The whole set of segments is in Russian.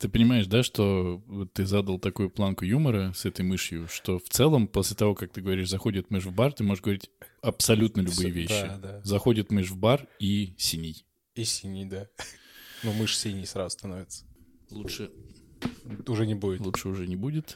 Ты понимаешь, да, что вот ты задал такую планку юмора с этой мышью, что в целом после того, как ты говоришь «заходит мышь в бар», ты можешь говорить абсолютно любые вещи. Да. Заходит мышь в бар и синий. И синий, да. Ну, мышь синий сразу становится. Лучше уже не будет. Лучше уже не будет.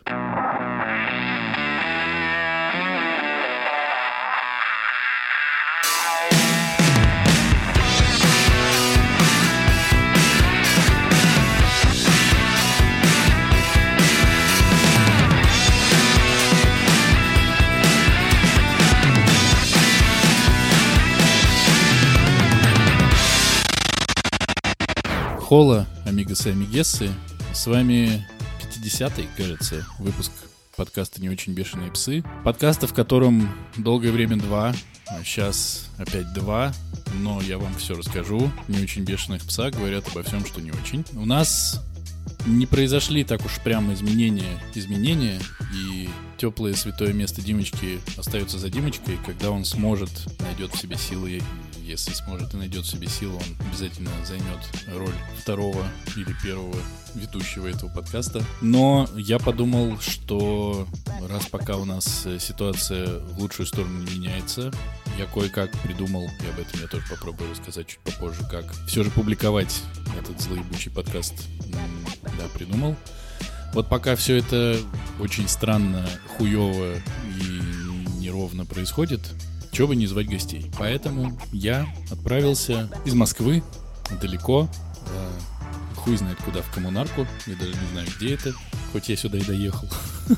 Хола, амигосы и амигессы. С вами 50-й, кажется, выпуск подкаста «Не очень бешеные псы». Подкаста, в котором долгое время 2, а сейчас опять 2, но я вам все расскажу. «Не очень бешеных пса» говорят обо всем, что не очень. У нас не произошли так уж прямо изменения, и теплое святое место Димочки остается за Димочкой. Когда он сможет, найдет в себе силы, если сможет и найдет в себе силу, он обязательно займет роль второго или первого ведущего этого подкаста. Но я подумал, что раз пока у нас ситуация в лучшую сторону не меняется, я кое-как придумал, и об этом я тоже попробую рассказать чуть попозже, как все же публиковать этот злоебучий подкаст, придумал. Вот пока все это очень странно, хуёво и неровно происходит, чего бы не звать гостей. Поэтому я отправился из Москвы далеко, хуй знает куда, в коммунарку. Я даже не знаю, где это, хоть я сюда и доехал.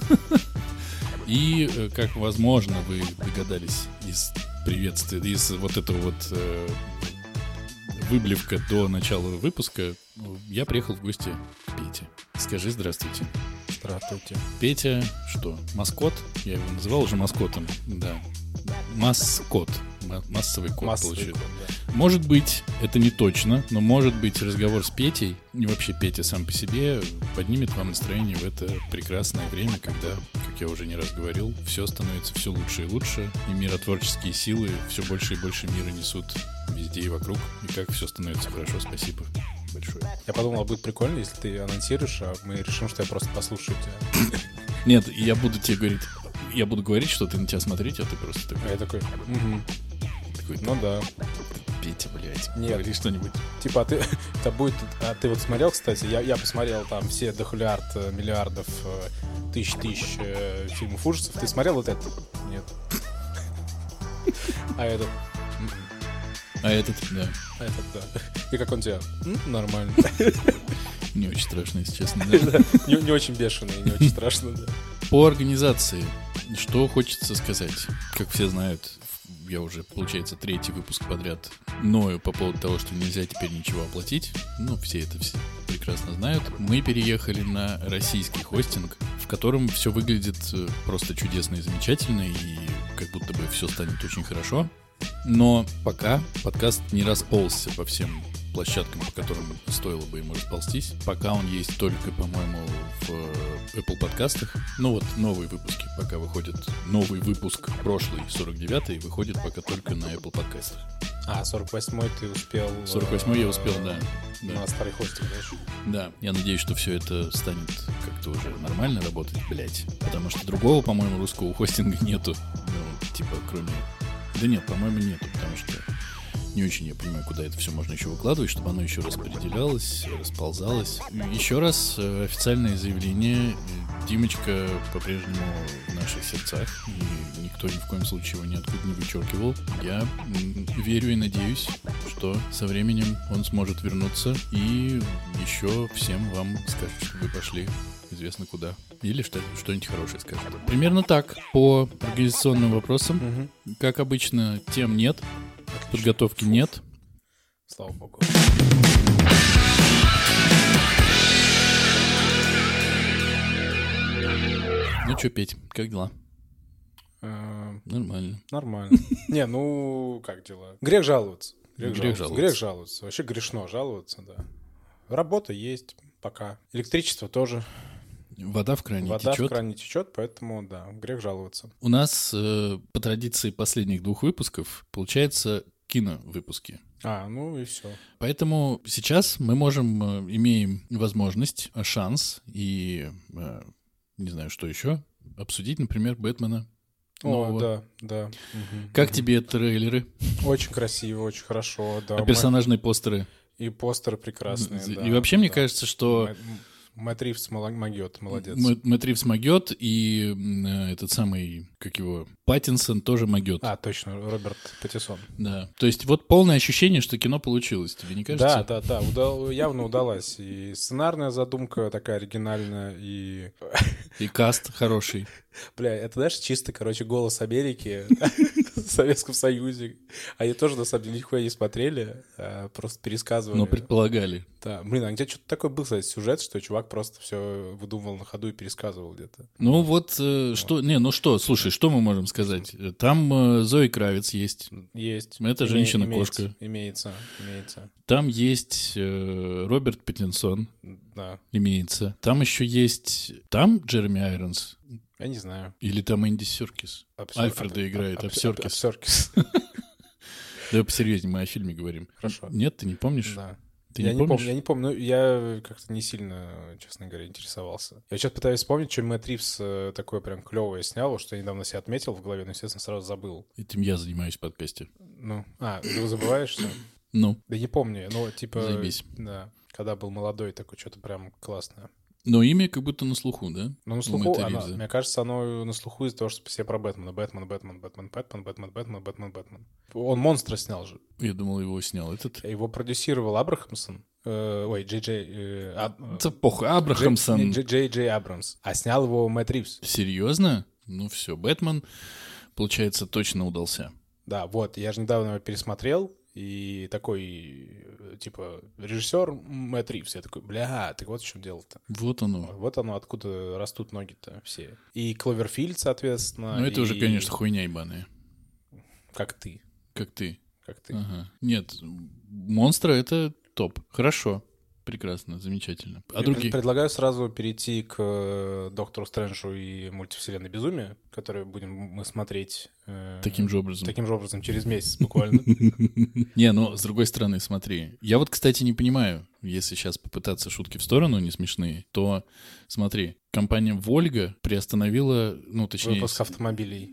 И, как возможно, вы догадались из приветствия, из вот этого вот выблевка до начала выпуска, я приехал в гости к Пете. Скажи здравствуйте. Здравствуйте. Петя, что, маскот? Я его называл уже маскотом, да. Маскот. Массовый кот получается. Да. Может быть, это не точно, но может быть разговор с Петей, и вообще Петя сам по себе, поднимет вам настроение в это прекрасное время, когда, как я уже не раз говорил, все становится все лучше и лучше, и миротворческие силы все больше и больше мира несут везде и вокруг, и как все становится хорошо. Спасибо большое. Я подумал, будет прикольно, если ты анонсируешь, а мы решим, что я просто послушаю тебя. Нет, я буду тебе говорить... Я буду говорить, что ты на тебя смотреть, а ты просто такой... А я такой... Такой, ну да. Петя, блядь, нет, говори что-нибудь. Типа, это будет... А ты вот смотрел, кстати, я посмотрел там все дохуляр миллиардов, тысяч фильмов ужасов. Ты смотрел вот это? Нет. А этот? А этот, да. А этот, да. И как он тебя? Нормально. Не очень страшно, если честно, да? Не очень бешеный, не очень страшно, да. По организации, что хочется сказать? Как все знают, я уже, получается, 3-й выпуск подряд ною по поводу того, что нельзя теперь ничего оплатить. Ну, все прекрасно знают. Мы переехали на российский хостинг, в котором все выглядит просто чудесно и замечательно, и как будто бы все станет очень хорошо. Но пока подкаст не расползся по всем площадкам, по которым стоило бы ему расползтись. Пока он есть только, по-моему, в Apple подкастах. Ну вот, новые выпуски пока выходят. Новый выпуск, прошлый, 49-й, выходит пока только на Apple подкастах. А, 48-й ты успел... 48-й я успел, да. На старый хостинг, да? Да, я надеюсь, что все это станет как-то уже нормально работать, блять. Потому что другого, по-моему, русского хостинга нету. Ну, типа, кроме... Да нет, по-моему, нету, потому что не очень я понимаю, куда это все можно еще выкладывать, чтобы оно еще распределялось, расползалось. Еще раз официальное заявление. Димочка по-прежнему в наших сердцах, и никто ни в коем случае его ниоткуда не вычеркивал. Я верю и надеюсь, что со временем он сможет вернуться и еще всем вам скажет, что вы пошли известно куда. Или что-нибудь хорошее скажет. Примерно так. По организационным вопросам, как обычно, тем нет. Подготовки нет. Слава богу. Ну что, Петь, как дела? Нормально. Нормально. Не, ну, как дела? Грех жаловаться. Грех жаловаться. Вообще грешно жаловаться, да. Работа есть пока. Электричество тоже. Вода в кране течет. Вода в кране течет, поэтому, да, грех жаловаться. У нас, по традиции последних 2 выпусков, получается киновыпуске. Ну и все. Поэтому сейчас мы имеем возможность, шанс и, не знаю, что еще, обсудить, например, «Бэтмена» нового. Да. Как тебе трейлеры? Очень красиво, очень хорошо. Да. А персонажные постеры? И постеры прекрасные, да. И вообще, мне кажется, что... Мэтт Ривз могет, молодец. Мэтт Ривз могет, и этот самый, как его, Паттинсон тоже могет. Точно, Роберт Паттинсон. Да. То есть вот полное ощущение, что кино получилось, тебе не кажется? Да, явно удалась. И сценарная задумка такая оригинальная, и... И каст хороший. Бля, это, знаешь, чисто, «Голос Америки» в Советском Союзе. Они тоже, на самом деле, нихуя не смотрели, просто пересказывали. Но предполагали. Да, а где что-то такое был, кстати, сюжет, что чувак просто все выдумывал на ходу и пересказывал где-то. Ну вот, слушай, что мы можем сказать? Там Зои Кравиц есть. Есть. Это женщина-кошка. Имеется. Там есть Роберт Паттинсон. Да. Имеется. Там еще есть... Там Джереми Айронс? Я не знаю. Или там Энди Серкис? Альфреда играет, Серкис. Давай посерьезнее, мы о фильме говорим. Хорошо. Нет, ты не помнишь? Да. Ты не помнишь? Я не помню, но я как-то не сильно, честно говоря, интересовался. Я сейчас пытаюсь вспомнить, что Мэтт Ривз такое прям клевое снял, что я недавно себе отметил в голове, но, естественно, сразу забыл. Этим я занимаюсь в подкасте. Ты забываешь все? Ну. Да не помню, типа... Заебись. Да, когда был молодой, такой что-то прям классное. Но имя как будто на слуху, да? Ну, на слуху, мне кажется, оно на слуху из-за того, что все про Бэтмена. Бэтмен. Он «Монстра» снял же. Я думал, его снял этот. Его продюсировал Абрахамсон. Джей Джей Абрамс. А снял его Мэтт Ривз. Серьезно? Ну все, «Бэтмен», получается, точно удался. Да, вот, я же недавно его пересмотрел, и такой, типа, режиссер Мэтт Ривз. Я такой, так вот в чем дело-то. Вот оно. Вот оно, откуда растут ноги-то все. И Кловерфилд, соответственно. Ну, это уже, конечно, хуйня ебаная. Как ты. Ага. Нет, «Монстра» — это топ. Хорошо. Прекрасно, замечательно. А другие? Предлагаю сразу перейти к «Доктору Стрэнджу» и «Мультивселенной безумия», которые будем мы смотреть... Таким же образом. Таким же образом, через месяц буквально. Не, с другой стороны, смотри. Я вот, кстати, не понимаю, если сейчас попытаться шутки в сторону, не смешные, то, смотри, компания «Вольга» приостановила, точнее... Выпуск автомобилей.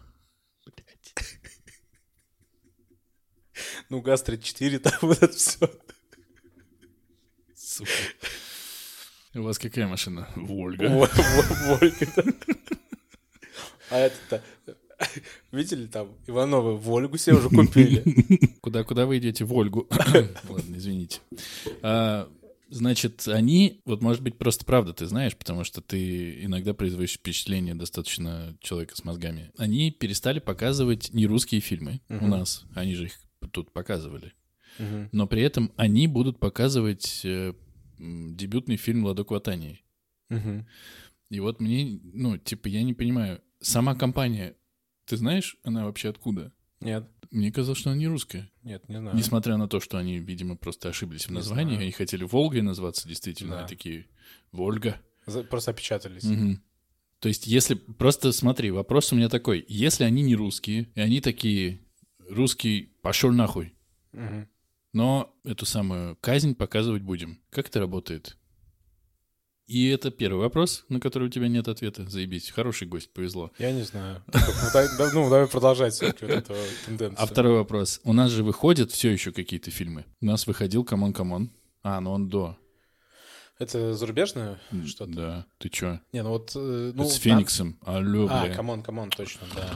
ГАЗ-34, там вот это все. Сука. У вас какая машина? «Вольга». «Вольга», да. А это-то... Видели там? Ивановы «Вольгу» себе уже купили. Куда вы идете? «Вольгу». Ладно, извините. Значит, они... Вот, может быть, просто правда ты знаешь, потому что ты иногда производишь впечатление достаточно человека с мозгами. Они перестали показывать нерусские фильмы у нас. Они же их тут показывали. Но при этом они будут показывать дебютный фильм «Ладо Кватани». И вот мне, я не понимаю, сама компания, ты знаешь, она вообще откуда? Нет. Мне казалось, что она не русская. Нет, не знаю. Несмотря на то, что они, видимо, просто ошиблись в названии, они хотели «Волгой» назваться, действительно, да. Такие «Вольга». Просто опечатались. То есть, если... Просто смотри, вопрос у меня такой. Если они не русские, и они такие «русский, пошел нахуй», но эту самую казнь показывать будем. Как это работает? И это первый вопрос, на который у тебя нет ответа. Заебись. Хороший гость, повезло. Я не знаю. Давай продолжать эту тенденцию. А второй вопрос. У нас же выходят все еще какие-то фильмы. У нас выходил «Камон». Но он до. Это зарубежное что-то? Да. Ты чё? Это с Фениксом. Алло, бля. «Камон», точно, да.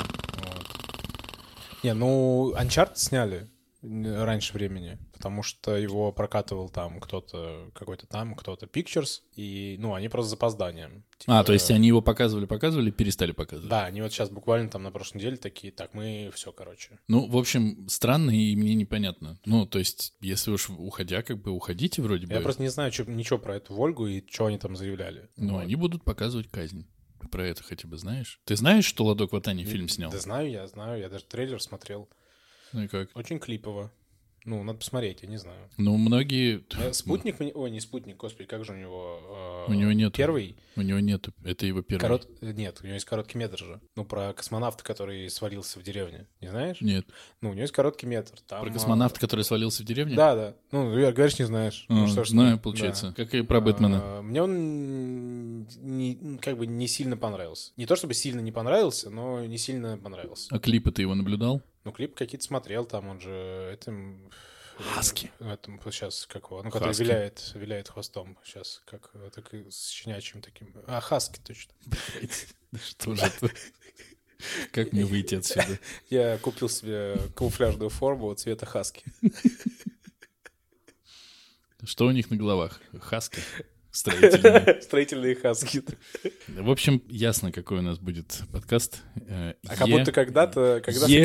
Uncharted сняли раньше времени, потому что его прокатывал там кто-то Pictures, и, они просто с запозданием. То есть они его показывали, перестали показывать? Да, они вот сейчас буквально там на прошлой неделе такие, мы все, короче. В общем, странно и мне непонятно. То есть, если уж уходя, уходите вроде бы. Я просто не знаю ничего про эту «Вольгу» и что они там заявляли. Они будут показывать казнь. Про это хотя бы знаешь? Ты знаешь, что Ладо Кватани фильм снял? Да знаю, я даже трейлер смотрел. Ну и как? Очень клипово. Ну, надо посмотреть, я не знаю. Ну, многие... «Спутник», ой, не «Спутник», господи, как же у него? У него нет. Первый? У него нету, это его первый. Нет, у него есть короткий метр же. Ну, про космонавта, который свалился в деревне. Не знаешь? Нет. Ну, у него есть короткий метр. Там, Про космонавта, который свалился в деревне? Да. Ну, говоришь, не знаешь. Ну, что ж, знаю, получается. да. Как и про Бэтмена. Мне он как бы не сильно понравился. Не то чтобы сильно не понравился, но не сильно понравился. А клипы ты его наблюдал? Ну, клип какие-то смотрел, там он же этим... Хаски. Этом сейчас как его, ну, который виляет хвостом. Сейчас как так и с щенячьим таким. А, хаски точно. Что же это? Как мне выйти отсюда? Я купил себе камуфляжную форму цвета хаски. Что у них на головах? Хаски? Строительные. Строительные хаски. В общем, ясно, какой у нас будет подкаст. Как будто когда-то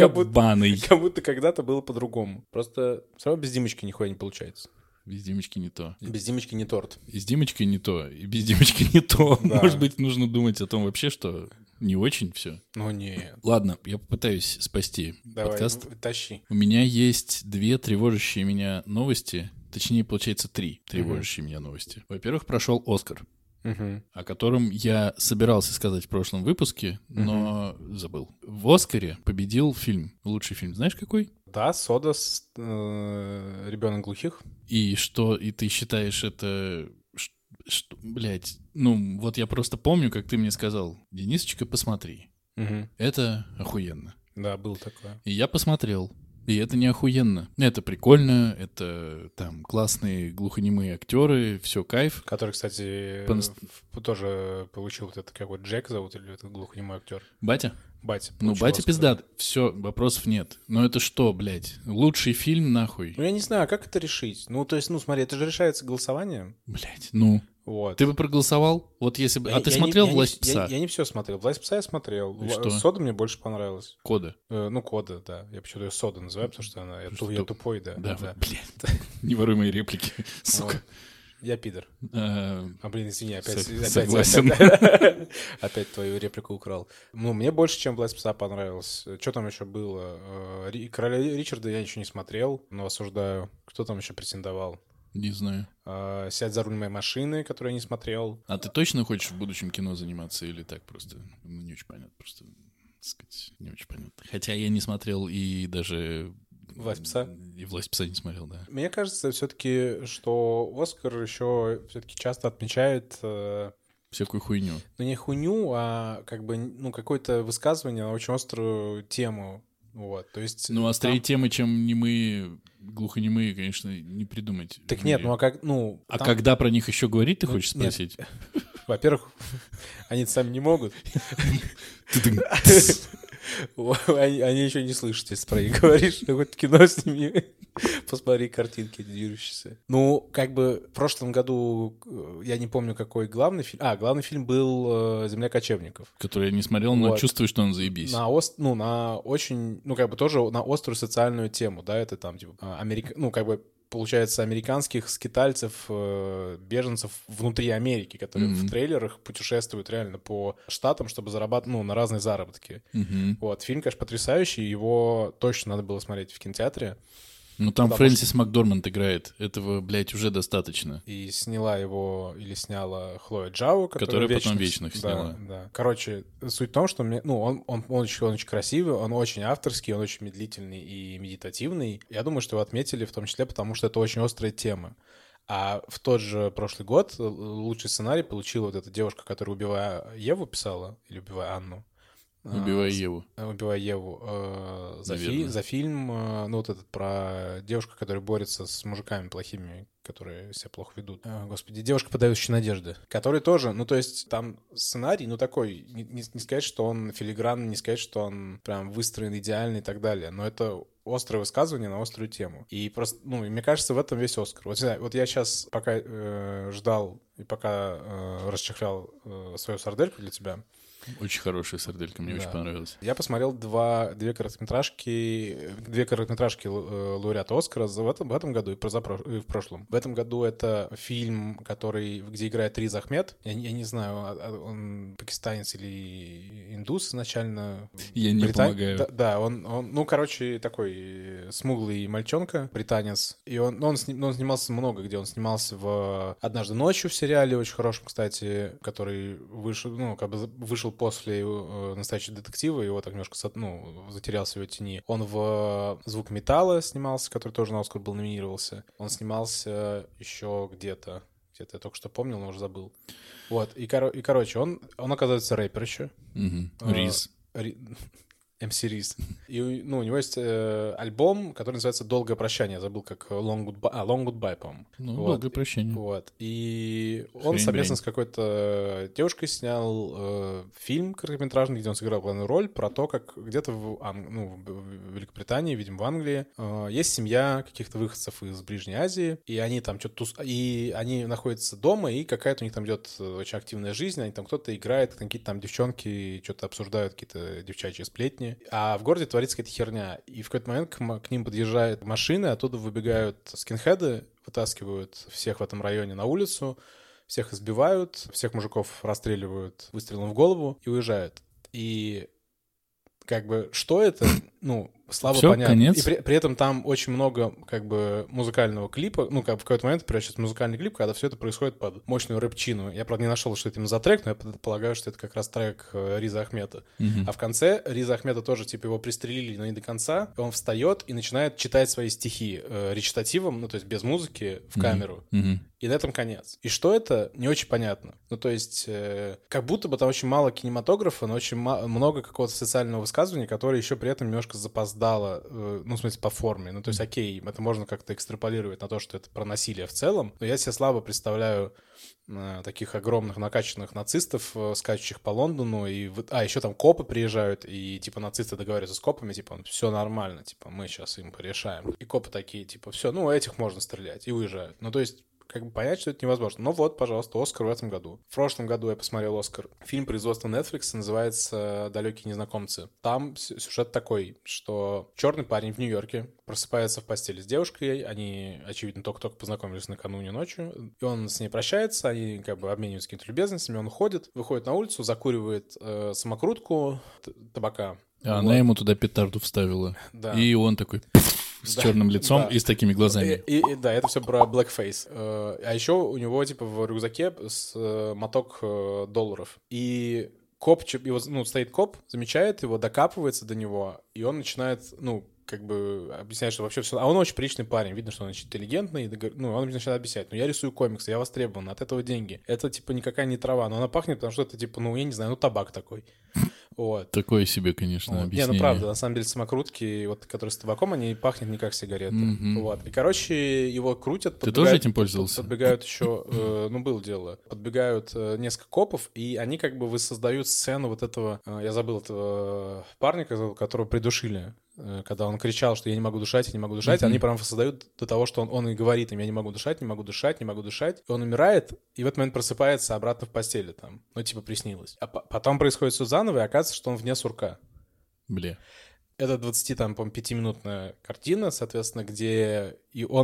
когда-то было по-другому. Просто все равно без Димочки нихуя не получается. Без Димочки не то. Без Димочки не торт. И с Димочкой не то, и без Димочки не то. Да. Может быть, нужно думать о том вообще, что не очень все. Ну нет. Ладно, я попытаюсь спасти Давай, подкаст. тащи. У меня есть 2 тревожащие меня новости. Точнее, получается 3 тревожащие меня новости. Во-первых, прошел «Оскар», о котором я собирался сказать в прошлом выпуске, но забыл. В «Оскаре» победил фильм. Лучший фильм знаешь какой? Да, «Сода» с «Ребенок глухих». И что, и ты считаешь это... Что, блядь, ну вот я просто помню, как ты мне сказал: «Денисочка, посмотри». Это охуенно. Да, было такое. И я посмотрел. И это не охуенно. Это прикольно, это там классные глухонемые актеры, все кайф. Который, кстати, тоже получил вот это, как вот Джек зовут, или это глухонемой актер? Батя? Батя. Ну, батя пиздат. Все, вопросов нет. Но это что, блядь? Лучший фильм, нахуй? Ну, я не знаю, как это решить? Ну, то есть, ну, смотри, это же решается голосованием. Блядь, ну... Вот. Ты бы проголосовал? Вот если бы... ты смотрел «Власть пса»? Я не все смотрел. «Власть пса» я смотрел. Что? «Сода» мне больше понравилась. «Кода». Ну, «Кода», да. Я почему-то ее «Сода» называю, потому что она... Я тупой, да. Да, блядь. Неворуемые реплики, сука. Я пидор. Блин, извини, Согласен. Опять твою реплику украл. Ну, мне больше, чем «Власть пса» понравилось. Что там еще было? «Короля Ричарда» я еще не смотрел, но осуждаю. Кто там еще претендовал? Не знаю. «Сядь за руль моей машины», которую я не смотрел. А ты точно хочешь в будущем кино заниматься или так просто? Ну, не очень понятно, просто, так сказать, не очень понятно. Хотя я не смотрел и даже... «Власть пса»? И «Власть пса» не смотрел, да. Мне кажется все-таки, что «Оскар» еще все-таки часто отмечает... всякую хуйню. Ну, не хуйню, а как бы, ну, какое-то высказывание на очень острую тему. Вот, то есть... Ну, острее темы, чем немые, глухонемые, конечно, не придумать. Так нет, ну, а как, ну... А когда про них еще говорить, ты хочешь спросить? Во-первых, они сами не могут. Они еще не слышат, если про них говоришь. Хоть кино с ними. Посмотри картинки движущиеся. Ну, как бы в прошлом году, я не помню, какой главный фильм. Главный фильм был «Земля кочевников». Который я не смотрел, но чувствую, что он заебись. На очень, ну, как бы тоже на острую социальную тему, да, это там, типа, ну, как бы, получается, американских скитальцев, беженцев внутри Америки, которые в трейлерах путешествуют реально по штатам, чтобы зарабатывать, ну, на разные заработки. Вот, фильм, конечно, потрясающий, его точно надо было смотреть в кинотеатре. Ну, там Фрэнсис Макдорманд играет. Этого, блядь, уже достаточно. И сняла его, или сняла Хлоя Джао, которая потом «Вечных» сняла. Да. Короче, суть в том, что он очень красивый, он очень авторский, он очень медлительный и медитативный. Я думаю, что его отметили в том числе, потому что это очень острая тема. А в тот же прошлый год лучший сценарий получила вот эта девушка, которая «Убивая Еву» писала, или «Убивая Анну». «Убивая Еву». «Убивая Еву» за фильм, ну, вот этот про девушку, которая борется с мужиками плохими, которые себя плохо ведут. Господи, «Девушка, подающая надежды», который тоже, ну, то есть там сценарий, ну, такой, не сказать, что он филигранный, не сказать, что он прям выстроен идеально и так далее, но это острое высказывание на острую тему. И просто, ну, и мне кажется, в этом весь «Оскар». Вот я сейчас, пока ждал и пока расчехлял свою сардельку для тебя, Очень хорошая сарделька, мне очень понравилась. Я посмотрел две короткометражки лауреата Оскара в этом году и в прошлом. В этом году это фильм, где играет Риз Ахмед. Я не знаю, он пакистанец или индус изначально. Я не помогаю. Да, он, такой смуглый мальчонка, британец. И он снимался много где. Он снимался в «Однажды ночью» в сериале, очень хорошем, кстати, который вышел после «Настоящего детектива», его так немножко затерялся в его тени. Он в «Звук металла» снимался, который тоже на «Оскар» был номинировался. Он снимался еще где-то я только что помнил, но уже забыл. Вот, и короче, он оказывается рэпер еще. Риз. MC Риз. И у него есть альбом, который называется «Долгое прощание». Я забыл, как Long Goodbye, по-моему. «Долгое прощание». Вот. И он, соответственно, с какой-то девушкой снял фильм короткометражный, где он сыграл главную роль, про то, как где-то в Великобритании, видимо, в Англии, есть семья каких-то выходцев из Ближней Азии, и они там и они находятся дома, и какая-то у них там идет очень активная жизнь, они там кто-то играет, какие-то там девчонки что-то обсуждают, какие-то девчачьи сплетни. А в городе творится какая-то херня. И в какой-то момент к ним подъезжают машины, оттуда выбегают скинхеды, вытаскивают всех в этом районе на улицу, всех избивают, всех мужиков расстреливают выстрелом в голову и уезжают. И что это? Слабо Всё, понятно. конец. И при этом там очень много музыкального клипа. В какой-то момент превращается в музыкальный клип, когда все это происходит под мощную рэпчину. Я, правда, не нашел, что это именно за трек, но я предполагаю, что это как раз трек Риза Ахмеда. А в конце Риза Ахмеда тоже, его пристрелили, но не до конца. И он встает и начинает читать свои стихи речитативом, то есть без музыки, в камеру. И на этом конец. И что это, не очень понятно. Как будто бы там очень мало кинематографа, но очень много какого-то социального высказывания, которое еще при этом немножко запоздало, в смысле, по форме. Окей, это можно как-то экстраполировать на то, что это про насилие в целом, но я себе слабо представляю таких огромных накачанных нацистов, скачущих по Лондону, еще там копы приезжают, и, нацисты договариваются с копами, все нормально, мы сейчас им порешаем. И копы такие, все, этих можно стрелять, и уезжают. Понять, что это невозможно. Но вот, пожалуйста, Оскар в этом году. В прошлом году я посмотрел Оскар. Фильм производства Netflix называется «Далекие незнакомцы». Там сюжет такой, что черный парень в Нью-Йорке просыпается в постели с девушкой, они, очевидно, только-только познакомились накануне ночью, и он с ней прощается, они обмениваются какими-то любезностями, он выходит на улицу, закуривает самокрутку табака. Она ему туда петарду вставила. Да. И он такой... С черным лицом и с такими глазами. Да, это все про blackface. А еще у него, в рюкзаке моток долларов. И стоит коп, замечает его, докапывается до него, и он начинает, объяснять, что вообще все... А он очень приличный парень, видно, что он очень интеллигентный, он начинает объяснять, я рисую комиксы, я востребован, от этого деньги. Это, никакая не трава, но она пахнет, потому что это, я не знаю, табак такой. Вот. Такое себе, конечно, объяснение. Правда, на самом деле самокрутки, которые с табаком, они пахнут не как сигареты. Вот. И, его крутят. Ты тоже этим пользовался? Подбегают еще, было дело, подбегают несколько копов, и они воссоздают сцену этого, я забыл этого парня, которого придушили, когда он кричал, что я не могу душать, они прям воссоздают до того, что он и говорит им, я не могу душать, и он умирает, и в этот момент просыпается обратно в постели там, приснилось. А потом происходит все заново, и оказывается, что он вне сурка. Бля. Это 25-минутная картина, соответственно, где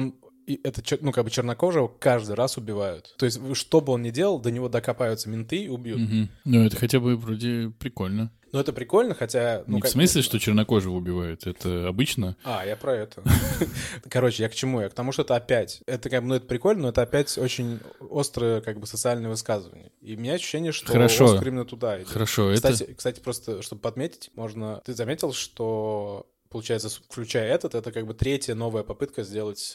это, чернокожего каждый раз убивают. То есть, что бы он ни делал, до него докопаются менты и убьют. Ну, это хотя бы вроде прикольно. Ну, это прикольно, хотя... Не в смысле, что чернокожего убивают, это обычно. Я про это. Короче, я к чему? Я к тому, что это опять... Это это прикольно, но это опять очень острое социальное высказывание. И у меня ощущение, что Оскар именно туда идет. Хорошо, Кстати, просто, чтобы подметить, можно... Ты заметил, что... Получается, включая это третья новая попытка сделать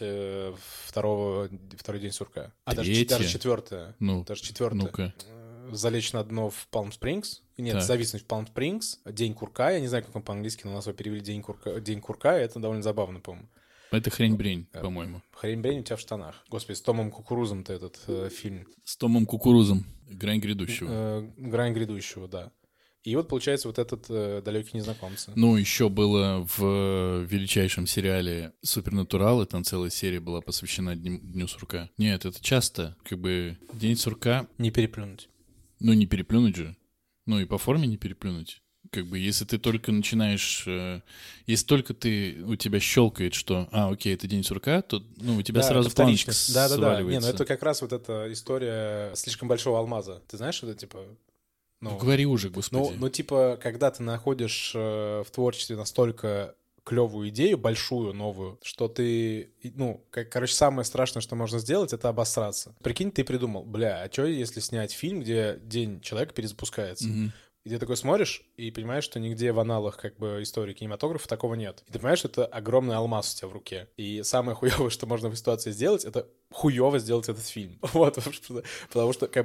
второй день сурка. Даже четвертая. Даже четвертая. Ну-ка. Залечь на дно в Палм-Спрингс. Нет, зависнуть в Палм-Спрингс. День курка. Я не знаю, как он по-английски, но у нас его перевели День курка. И это довольно забавно, по-моему. Это хрень-брень, по-моему. Хрень-брень у тебя в штанах. Господи, с Томом Кукурузом-то этот фильм. С Томом Кукурузом. Грань грядущего. Грань грядущего, да. И вот получается этот «Далекие незнакомцы». Ну, еще было в величайшем сериале «Супернатурал», и там целая серия была посвящена Дню сурка. Нет, это часто, День сурка... Не переплюнуть. Ну, не переплюнуть же. Ну и по форме не переплюнуть. Как бы, если ты только начинаешь, если только у тебя щелкает, что, окей, это день сурка, то, у тебя сразу планочка сваливается. Не, это как раз вот эта история слишком большого алмаза. Ты знаешь, что это, типа... Говори уже, господи. Типа, когда ты находишь в творчестве настолько клевую идею, большую, новую, что ты... самое страшное, что можно сделать, это обосраться. Прикинь, ты придумал, а что если снять фильм, где день человека перезапускается? И ты такой смотришь и понимаешь, что нигде в аналах истории кинематографа такого нет. И ты понимаешь, что это огромный алмаз у тебя в руке. И самое хуёвое, что можно в ситуации сделать, это хуёво сделать этот фильм. Вот, потому что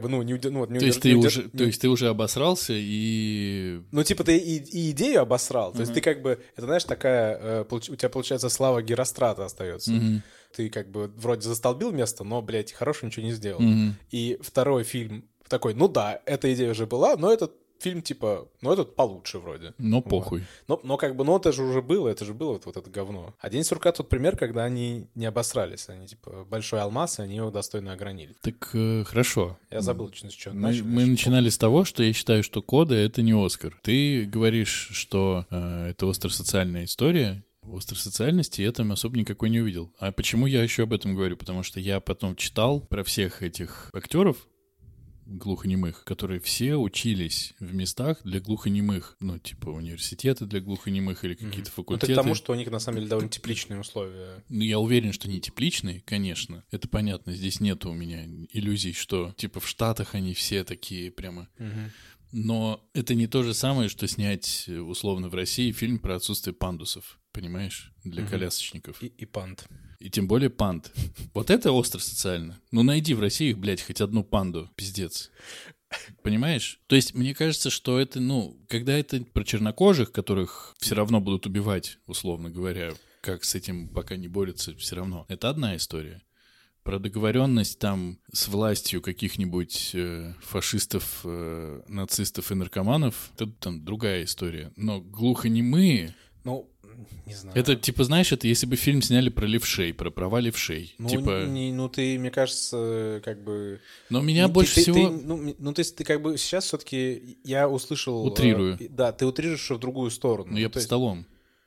То есть ты уже обосрался и... ты и идею обосрал. То есть ты это, знаешь, такая... у тебя, получается, слава Герострата остается. Ты вроде застолбил место, но, хорошего ничего не сделал. И второй фильм такой, эта идея уже была, но этот фильм, этот получше вроде. Но похуй. Но это же уже было, вот это говно. А «День сурка» тот пример, когда они не обосрались. Они, большой алмаз, и они его достойно огранили. Так, хорошо. Я забыл, с чего мы начинали с того, что я считаю, что «Кода» — это не «Оскар». Ты говоришь, что это остросоциальная история. В остросоциальности я там особо никакой не увидел. А почему я еще об этом говорю? Потому что я потом читал про всех этих актеров, глухонемых, которые все учились в местах для глухонемых. Университеты для глухонемых или какие-то факультеты. Это к тому, что у них, на самом деле, довольно тепличные условия. Я уверен, что не тепличные, конечно. Это понятно. Здесь нет у меня иллюзий, что, в Штатах они все такие прямо... Но это не то же самое, что снять, условно, в России фильм про отсутствие пандусов, понимаешь, для колясочников. И панд. И тем более панд. Вот это остро социально. Найди в России, хоть одну панду, пиздец. Понимаешь? То есть мне кажется, что это, когда это про чернокожих, которых все равно будут убивать, условно говоря, как с этим пока не борются, все равно. Это одна история. Про договоренность там с властью каких-нибудь фашистов, нацистов и наркоманов, это там другая история. Но глухонемые... Не знаю. Это, знаешь, это если бы фильм сняли про левшей, про права левшей. Ты, мне кажется, Но меня больше всего... ты сейчас все-таки, я услышал... Утрирую. Да, ты утрируешь в другую сторону. Я под столом.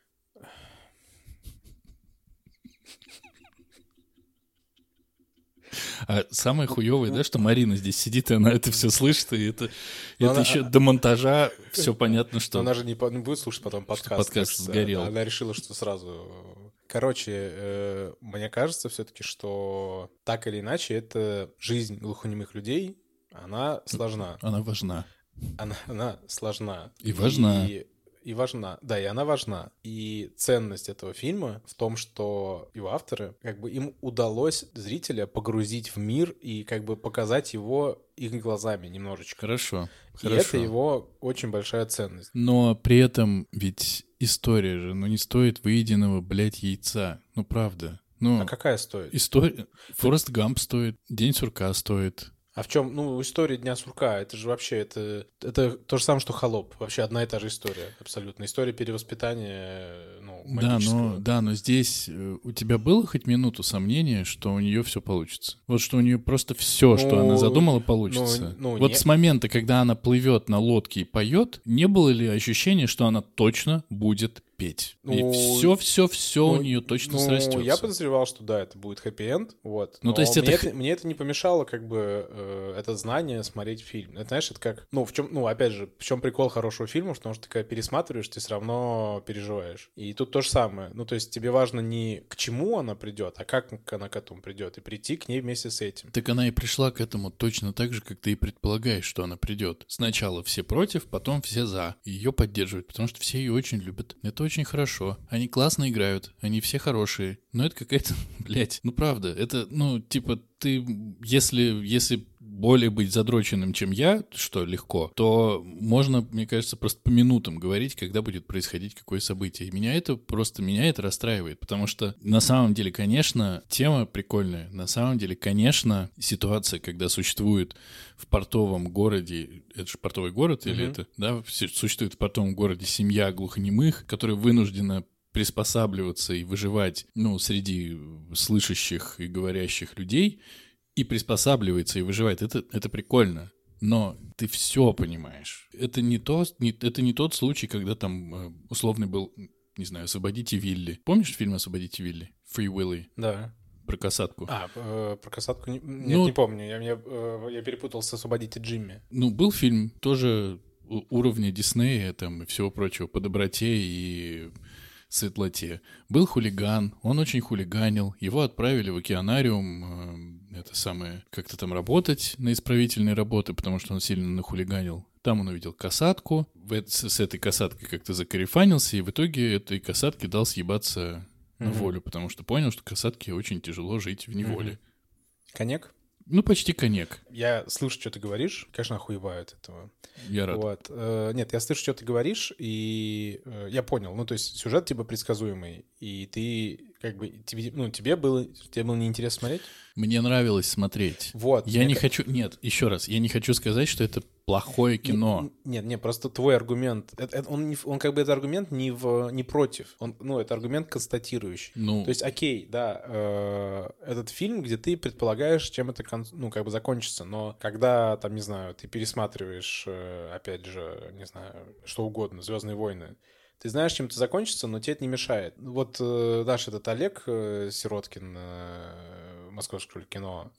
А самое хуёвое, да, что Марина здесь сидит, и она это все слышит, и это еще до монтажа все понятно, что... Но она же не будет слушать потом подкаст. Подкаст сгорел. Она решила, что сразу... Короче, мне кажется все-таки, что так или иначе, это жизнь глухонемых людей, она сложна. Она важна. Она сложна. И важна. И важна. Да, и она важна. И ценность этого фильма в том, что его авторы, им удалось зрителя погрузить в мир и показать его их глазами немножечко. Хорошо. Это его очень большая ценность. Но при этом ведь история же, не стоит выеденного, яйца. Правда. А какая стоит? История... Форест Гамп стоит, День сурка стоит. А в чем, история Дня сурка, это же вообще, это то же самое, что «Холоп». Вообще одна и та же история, абсолютно. История перевоспитания, магического. Да, но здесь у тебя было хоть минуту сомнения, что у нее все получится? Вот что у нее просто все, что она задумала, получится? Вот с момента, когда она плывет на лодке и поет, не было ли ощущения, что она точно будет петь? И все у нее точно срастется. Я подозревал, что да, это будет хэппи-энд, вот. Но то есть мне это не помешало, это знание смотреть фильм. Это, знаешь, это как, опять же, в чем прикол хорошего фильма, потому что ты когда пересматриваешь, ты все равно переживаешь. И тут то же самое. То есть тебе важно не к чему она придет, а как она к этому придет, и прийти к ней вместе с этим. Так она и пришла к этому точно так же, как ты и предполагаешь, что она придет. Сначала все против, потом все за. И ее поддерживают, потому что все ее очень любят. Это очень хорошо. Они классно играют, они все хорошие. Но это какая-то, правда, это, ты, если более быть задроченным, чем я, что легко, то можно, мне кажется, просто по минутам говорить, когда будет происходить какое событие. И меня это расстраивает, потому что на самом деле, конечно, тема прикольная. На самом деле, конечно, ситуация, когда существует в портовом городе, это же портовый город или это, да, существует в портовом городе семья глухонемых, которая вынуждена приспосабливаться и выживать, среди слышащих и говорящих людей, и приспосабливается и выживает. Это прикольно. но ты все понимаешь. Это не тот случай, когда там условный был, не знаю, «Освободите Вилли». Помнишь фильм «Освободите Вилли»? Free Willy. Да. Про касатку. Про касатку не помню. Я перепутал с «Освободите Джимми». Был фильм тоже уровня Диснея там, и всего прочего по доброте и светлоте. Был хулиган, он очень хулиганил, его отправили в океанариум, как-то там работать на исправительные работы, потому что он сильно нахулиганил. Там он увидел касатку, с этой касаткой как-то закарифанился, и в итоге этой касатке дал съебаться на волю, потому что понял, что касатке очень тяжело жить в неволе. Коньяк? Почти коньяк. Я слышу, что ты говоришь. Конечно, охуеваю от этого. Я рад. Вот. Нет, я слышу, что ты говоришь, и я понял. То есть сюжет типа предсказуемый, и ты тебе было неинтересно смотреть? Мне нравилось смотреть. Вот. Я не хочу сказать, что это плохое кино. Нет, просто твой аргумент, это аргумент не против, это аргумент констатирующий. То есть, окей, да, этот фильм, где ты предполагаешь, чем это закончится, но когда, там, не знаю, ты пересматриваешь, опять же, не знаю, что угодно, «Звездные войны», ты знаешь, чем это закончится, но тебе это не мешает. Вот наш этот Олег Сироткин, Московское кино,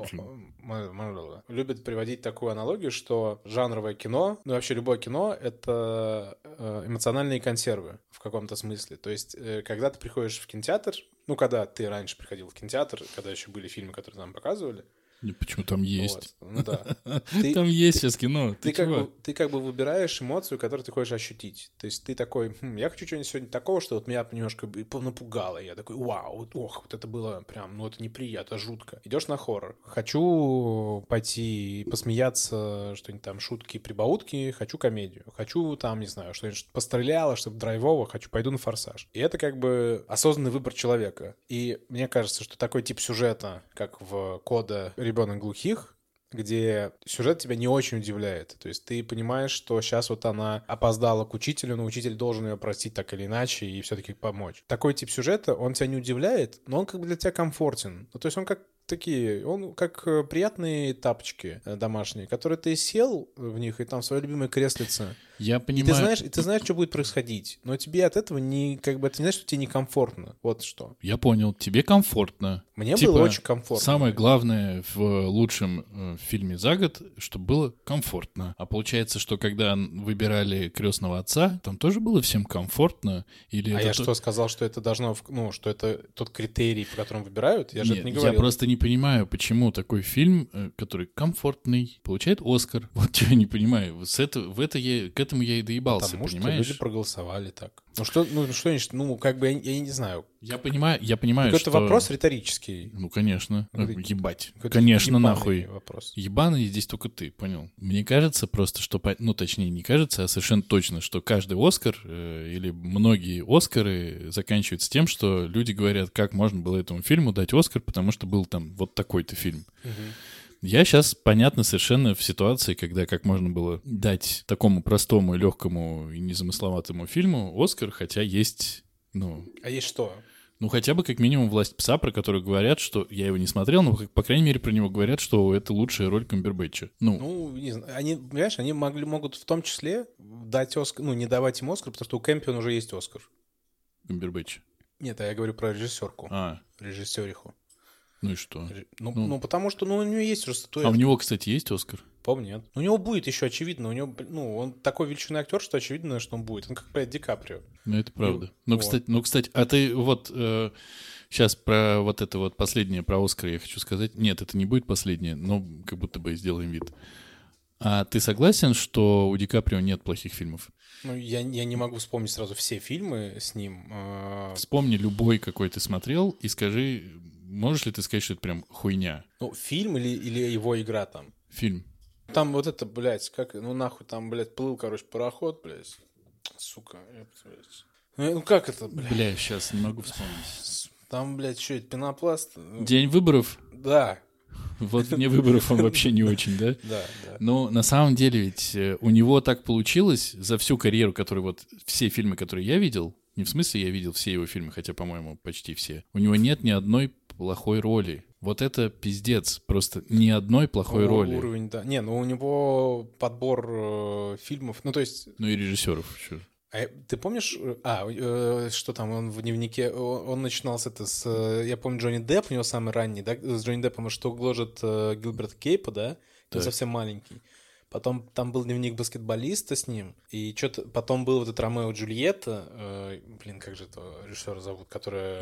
любит приводить такую аналогию, что жанровое кино, вообще любое кино — это эмоциональные консервы в каком-то смысле. То есть, когда ты приходишь в кинотеатр, когда ты раньше приходил в кинотеатр, когда еще были фильмы, которые нам показывали. Почему там есть? Вот. Да. Там есть сейчас кино. Ты как бы выбираешь эмоцию, которую ты хочешь ощутить. То есть ты такой, я хочу чего-нибудь сегодня такого, что вот меня немножко напугало. Я такой, вау, вот это было прям, это неприятно, жутко. Идешь на хоррор. Хочу пойти посмеяться, что-нибудь там, шутки-прибаутки, хочу комедию. Хочу там, не знаю, что-нибудь постреляло, чтобы драйвово, пойду на «Форсаж». И это как бы осознанный выбор человека. И мне кажется, что такой тип сюжета, как в «Кода «Ребенок глухих», где сюжет тебя не очень удивляет. То есть ты понимаешь, что сейчас вот она опоздала к учителю, но учитель должен ее простить так или иначе и все-таки помочь. Такой тип сюжета, он тебя не удивляет, но он как бы для тебя комфортен. То есть он как приятные тапочки домашние, которые ты сел в них, и там свое любимое креслице. Я понимаю. И ты знаешь, что будет происходить, но тебе от этого это не знаешь, что тебе некомфортно. Вот что. Я понял, тебе комфортно. Мне было очень комфортно. Самое главное в лучшем фильме за год, чтобы было комфортно. А получается, что когда выбирали «Крестного отца», там тоже было всем комфортно? Или что, сказал, что это должно, что это тот критерий, по которому выбирают? Я же это не говорил. Я просто не понимаю, почему такой фильм, который комфортный, получает «Оскар». Вот чего я не понимаю. К этому я и доебался, потому понимаешь? Что люди проголосовали так. Я не знаю. Я понимаю, это что... вопрос риторический. Конечно. Ебать. Конечно, нахуй. Вопрос. Ебаный здесь только ты, понял? Мне кажется просто, что... точнее, не кажется, а совершенно точно, что каждый «Оскар» или многие «Оскары» заканчиваются тем, что люди говорят, как можно было этому фильму дать «Оскар», потому что был там вот такой-то фильм. Я сейчас, понятно, совершенно в ситуации, когда как можно было дать такому простому, легкому и незамысловатому фильму «Оскар», хотя есть, А есть что? Хотя бы как минимум «Власть пса», про который говорят, что... Я его не смотрел, но, по крайней мере, про него говорят, что это лучшая роль Камбербэтча. Не знаю. Они могут в том числе дать «Оскар», не давать им «Оскар», потому что у Кэмпиона уже есть «Оскар». Камбербэтч. Нет, я говорю про режиссерку. Режиссериху. И что? Потому что у него есть уже статуэтка. А у него, кстати, есть «Оскар»? По-моему, нет. У него будет еще, очевидно. У него, он такой величинный актер, что очевидно, что он будет. Он как, Ди Каприо. Это правда. Кстати, а ты сейчас про вот это вот последнее, про «Оскар» я хочу сказать. Нет, это не будет последнее, но как будто бы сделаем вид. А ты согласен, что у Ди Каприо нет плохих фильмов? Я не могу вспомнить сразу все фильмы с ним. Вспомни любой, какой ты смотрел, и скажи, можешь ли ты сказать, что это прям хуйня? Фильм или его игра там? Фильм. Там вот это, блядь, там, блядь, плыл, пароход, блядь. Сука, как это, блядь? Бля, сейчас не могу вспомнить. Там, блядь, что это, пенопласт? День выборов? Да. Вот вне выборов он вообще не очень, да? Да. Но на самом деле ведь у него так получилось за всю карьеру, которую все фильмы, которые я видел, не в смысле я видел все его фильмы, хотя, по-моему, почти все, у него нет ни одной плохой роли. Вот это пиздец. Просто ни одной плохой роли. Уровень, да. Не, ну у него подбор фильмов, ну то есть... Ну и режиссеров еще. Ты помнишь, что там он в дневнике, он начинался я помню, Джонни Депп, у него самый ранний, да, с Джонни Деппом, что гложет Гилберт Кейпа, да, он совсем маленький. Потом там был дневник баскетболиста с ним, и что-то потом был вот этот Ромео и Джульетта, как же этого режиссера зовут, который...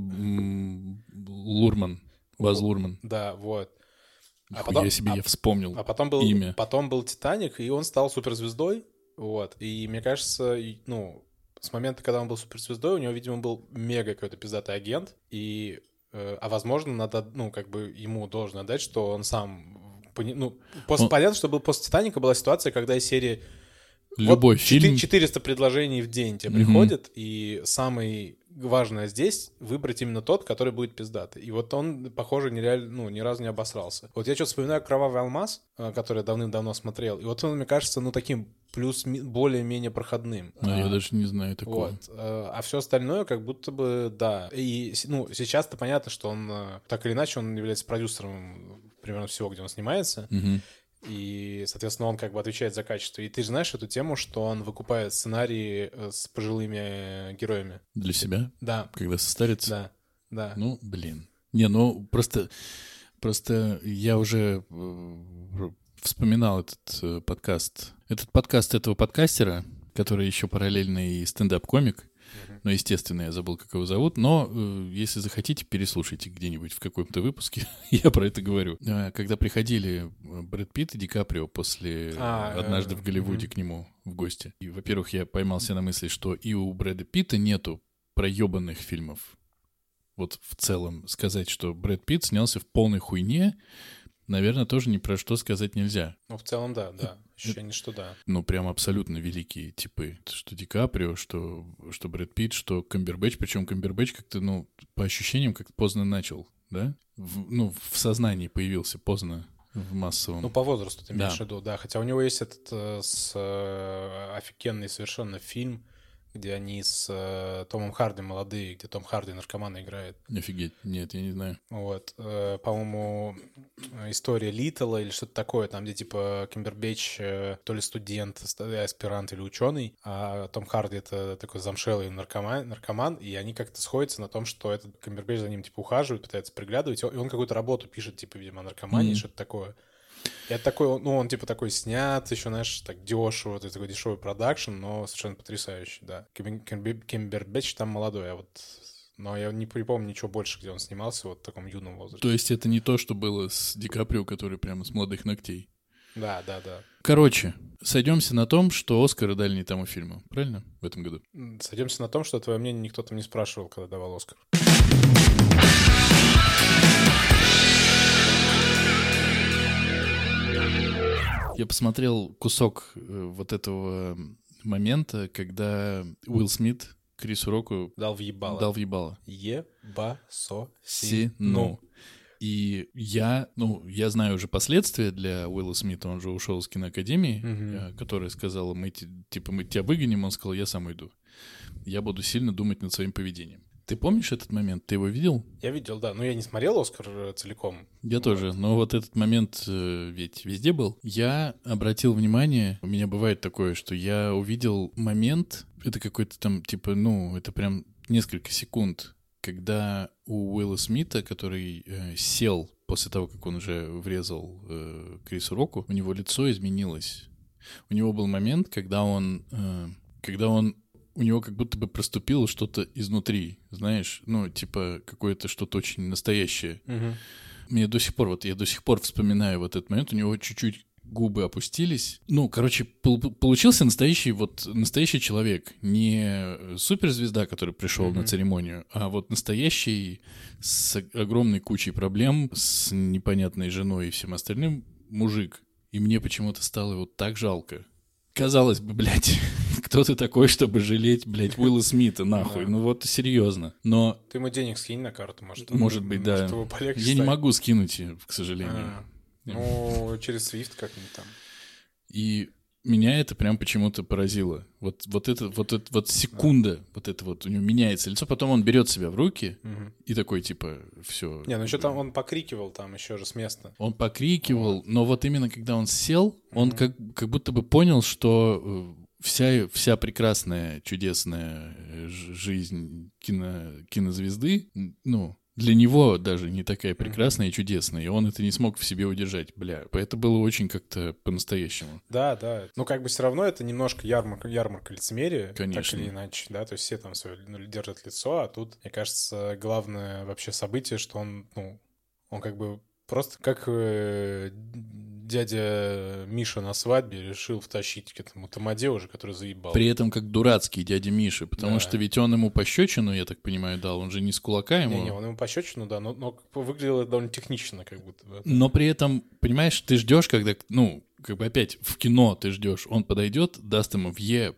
Лурман, Баз Лурман. Да, вот. Я вспомнил имя. Потом был «Титаник», и он стал суперзвездой. Вот, и мне кажется, ну, с момента, когда он был суперзвездой, у него, видимо, был мега какой-то пиздатый агент, а возможно, надо, ну, как бы ему должно отдать, что он сам, ну, понятно, что после «Титаника» была ситуация, когда из серии любой фильм... 400 предложений в день тебе приходят, и самый важное здесь выбрать именно тот, который будет пиздатый. И вот он, похоже, ни разу не обосрался. Вот я что-то вспоминаю «Кровавый алмаз», который я давным-давно смотрел, и вот он, мне кажется, ну, таким более-менее проходным. Я даже не знаю такого. Вот. А все остальное как будто бы, да. И, ну, сейчас-то понятно, что он, так или иначе, он является продюсером примерно всего, где он снимается. И, соответственно, он как бы отвечает за качество. И ты же знаешь эту тему, что он выкупает сценарии с пожилыми героями. Для себя? Да. Когда состарится? Да, да. Ну, блин. Не, ну, просто я уже вспоминал этот подкаст. Этот подкаст этого подкастера, который еще параллельно и стендап-комик. Но, естественно, я забыл, как его зовут. Но, если захотите, переслушайте где-нибудь в каком-то выпуске. Я про это говорю. Когда приходили Брэд Питт и Ди Каприо после «Однажды в Голливуде» к нему в гости. И, во-первых, я поймался на мысли, что и у Брэда Питта нету проебанных фильмов. Вот в целом сказать, что Брэд Питт снялся в полной хуйне, наверное, тоже ни про что сказать нельзя. Ну, в целом, да. Ощущение, что да. Ну, прям абсолютно великие типы. Что Ди Каприо, что Брэд Питт, что Камбербэтч. Причем Камбербэтч как-то, ну, по ощущениям, как-то поздно начал, да? В сознании появился поздно, в массовом. Ну, по возрасту ты имеешь в виду, да. Хотя у него есть этот офигенный совершенно фильм, где они с Томом Харди молодые, где Том Харди наркомана играет. Офигеть, нет, я не знаю. Вот, по-моему, история Литтла или что-то такое, там, где, типа, Камбербэтч то ли студент, аспирант или ученый, а Том Харди — это такой замшелый наркоман, и они как-то сходятся на том, что этот Камбербэтч за ним, типа, ухаживает, пытается приглядывать, и он какую-то работу пишет, типа, видимо, о наркомании, что-то такое. И это такой, ну, он типа такой снят, еще, знаешь, так дешево, это такой дешевый продакшн, но совершенно потрясающий, да. Камбербэтч там молодой, но я не припомню ничего больше, где он снимался вот в таком юном возрасте. То есть это не то, что было с Ди Каприо, который прямо с молодых ногтей? Да. Короче, сойдемся на том, что «Оскары» дали не тому фильму, правильно, в этом году? Сойдемся на том, что твое мнение никто там не спрашивал, когда давал «Оскар». Я посмотрел кусок вот этого момента, когда Уилл Смит Крису Року дал въебало. Ебасосину. И я знаю уже последствия для Уилла Смита, он же ушел из киноакадемии, которая сказала, мы тебя выгоним, он сказал, я сам уйду. Я буду сильно думать над своим поведением. Ты помнишь этот момент? Ты его видел? Я видел, да. Но я не смотрел «Оскар» целиком. Я тоже. Но вот этот момент ведь везде был. Я обратил внимание, у меня бывает такое, что я увидел момент, это какой-то там, типа, ну, это прям несколько секунд, когда у Уилла Смита, который сел после того, как он уже врезал Крису Року, у него лицо изменилось. У него был момент, когда у него как будто бы проступило что-то изнутри, знаешь, ну, типа, какое-то что-то очень настоящее. Я до сих пор вспоминаю вот этот момент, у него чуть-чуть губы опустились. Ну, короче, получился настоящий человек. Не суперзвезда, который пришел на церемонию, а вот настоящий с огромной кучей проблем, с непонятной женой и всем остальным мужик. И мне почему-то стало его так жалко. Казалось бы, блядь, кто ты такой, чтобы жалеть, блядь, Уилла Смита, нахуй? Ну вот серьезно. Но... Ты ему денег скинь на карту, может быть, да. Я не могу скинуть, к сожалению. Ну, через Swift как-нибудь там. И меня это прям почему-то поразило. Вот секунда, вот это вот у него меняется лицо, потом он берет себя в руки и такой, типа, все. Не, ну что там, он покрикивал там еще же с места. Он покрикивал, но вот именно когда он сел, он как будто бы понял, что вся прекрасная, чудесная жизнь кинозвезды, ну, для него даже не такая прекрасная и чудесная, и он это не смог в себе удержать, бля. Это было очень как-то по-настоящему. Да, да. Ну, как бы все равно это немножко ярмарка лицемерия, конечно. Так или иначе, да, то есть все там свое держат лицо, а тут, мне кажется, главное вообще событие, что он как бы просто как дядя Миша на свадьбе решил втащить к этому тамаде уже, который заебал. При этом как дурацкий дядя Миша, потому что ведь он ему пощечину, я так понимаю, дал, он же не с кулака ему. Не, он ему пощечину, да, но выглядело это довольно технично, как будто бы. Но при этом, понимаешь, ты ждешь, когда, ну, как бы опять в кино ты ждешь, он подойдет, даст ему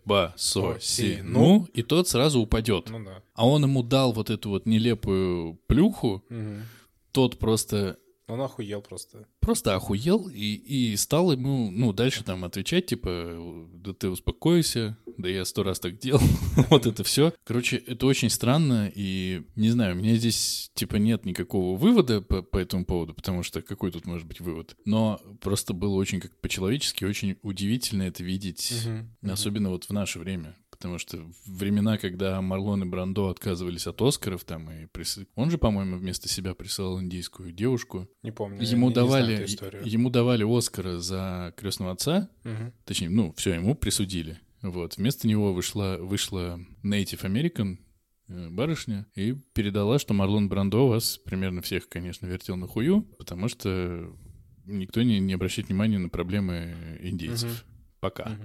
в и тот сразу упадет. Ну да. А он ему дал вот эту вот нелепую плюху, тот просто... Он охуел просто. Просто охуел и стал ему, ну, дальше там отвечать, типа, да ты успокойся, да я 100 раз так делал, вот это все. Короче, это очень странно, и, не знаю, у меня здесь, типа, нет никакого вывода по этому поводу, потому что какой тут может быть вывод? Но просто было очень как по-человечески, очень удивительно это видеть, особенно вот в наше время. Потому что времена, когда Марлон и Брандо отказывались от Оскаров, там и он же, по-моему, вместо себя присылал индийскую девушку. Не помню. Ему давали Оскара за «Крестного отца», точнее, ну, все, ему присудили. Вот. Вместо него вышла Native American барышня и передала, что Марлон Брандо вас примерно всех, конечно, вертел на хую, потому что никто не обращает внимания на проблемы индейцев. Пока.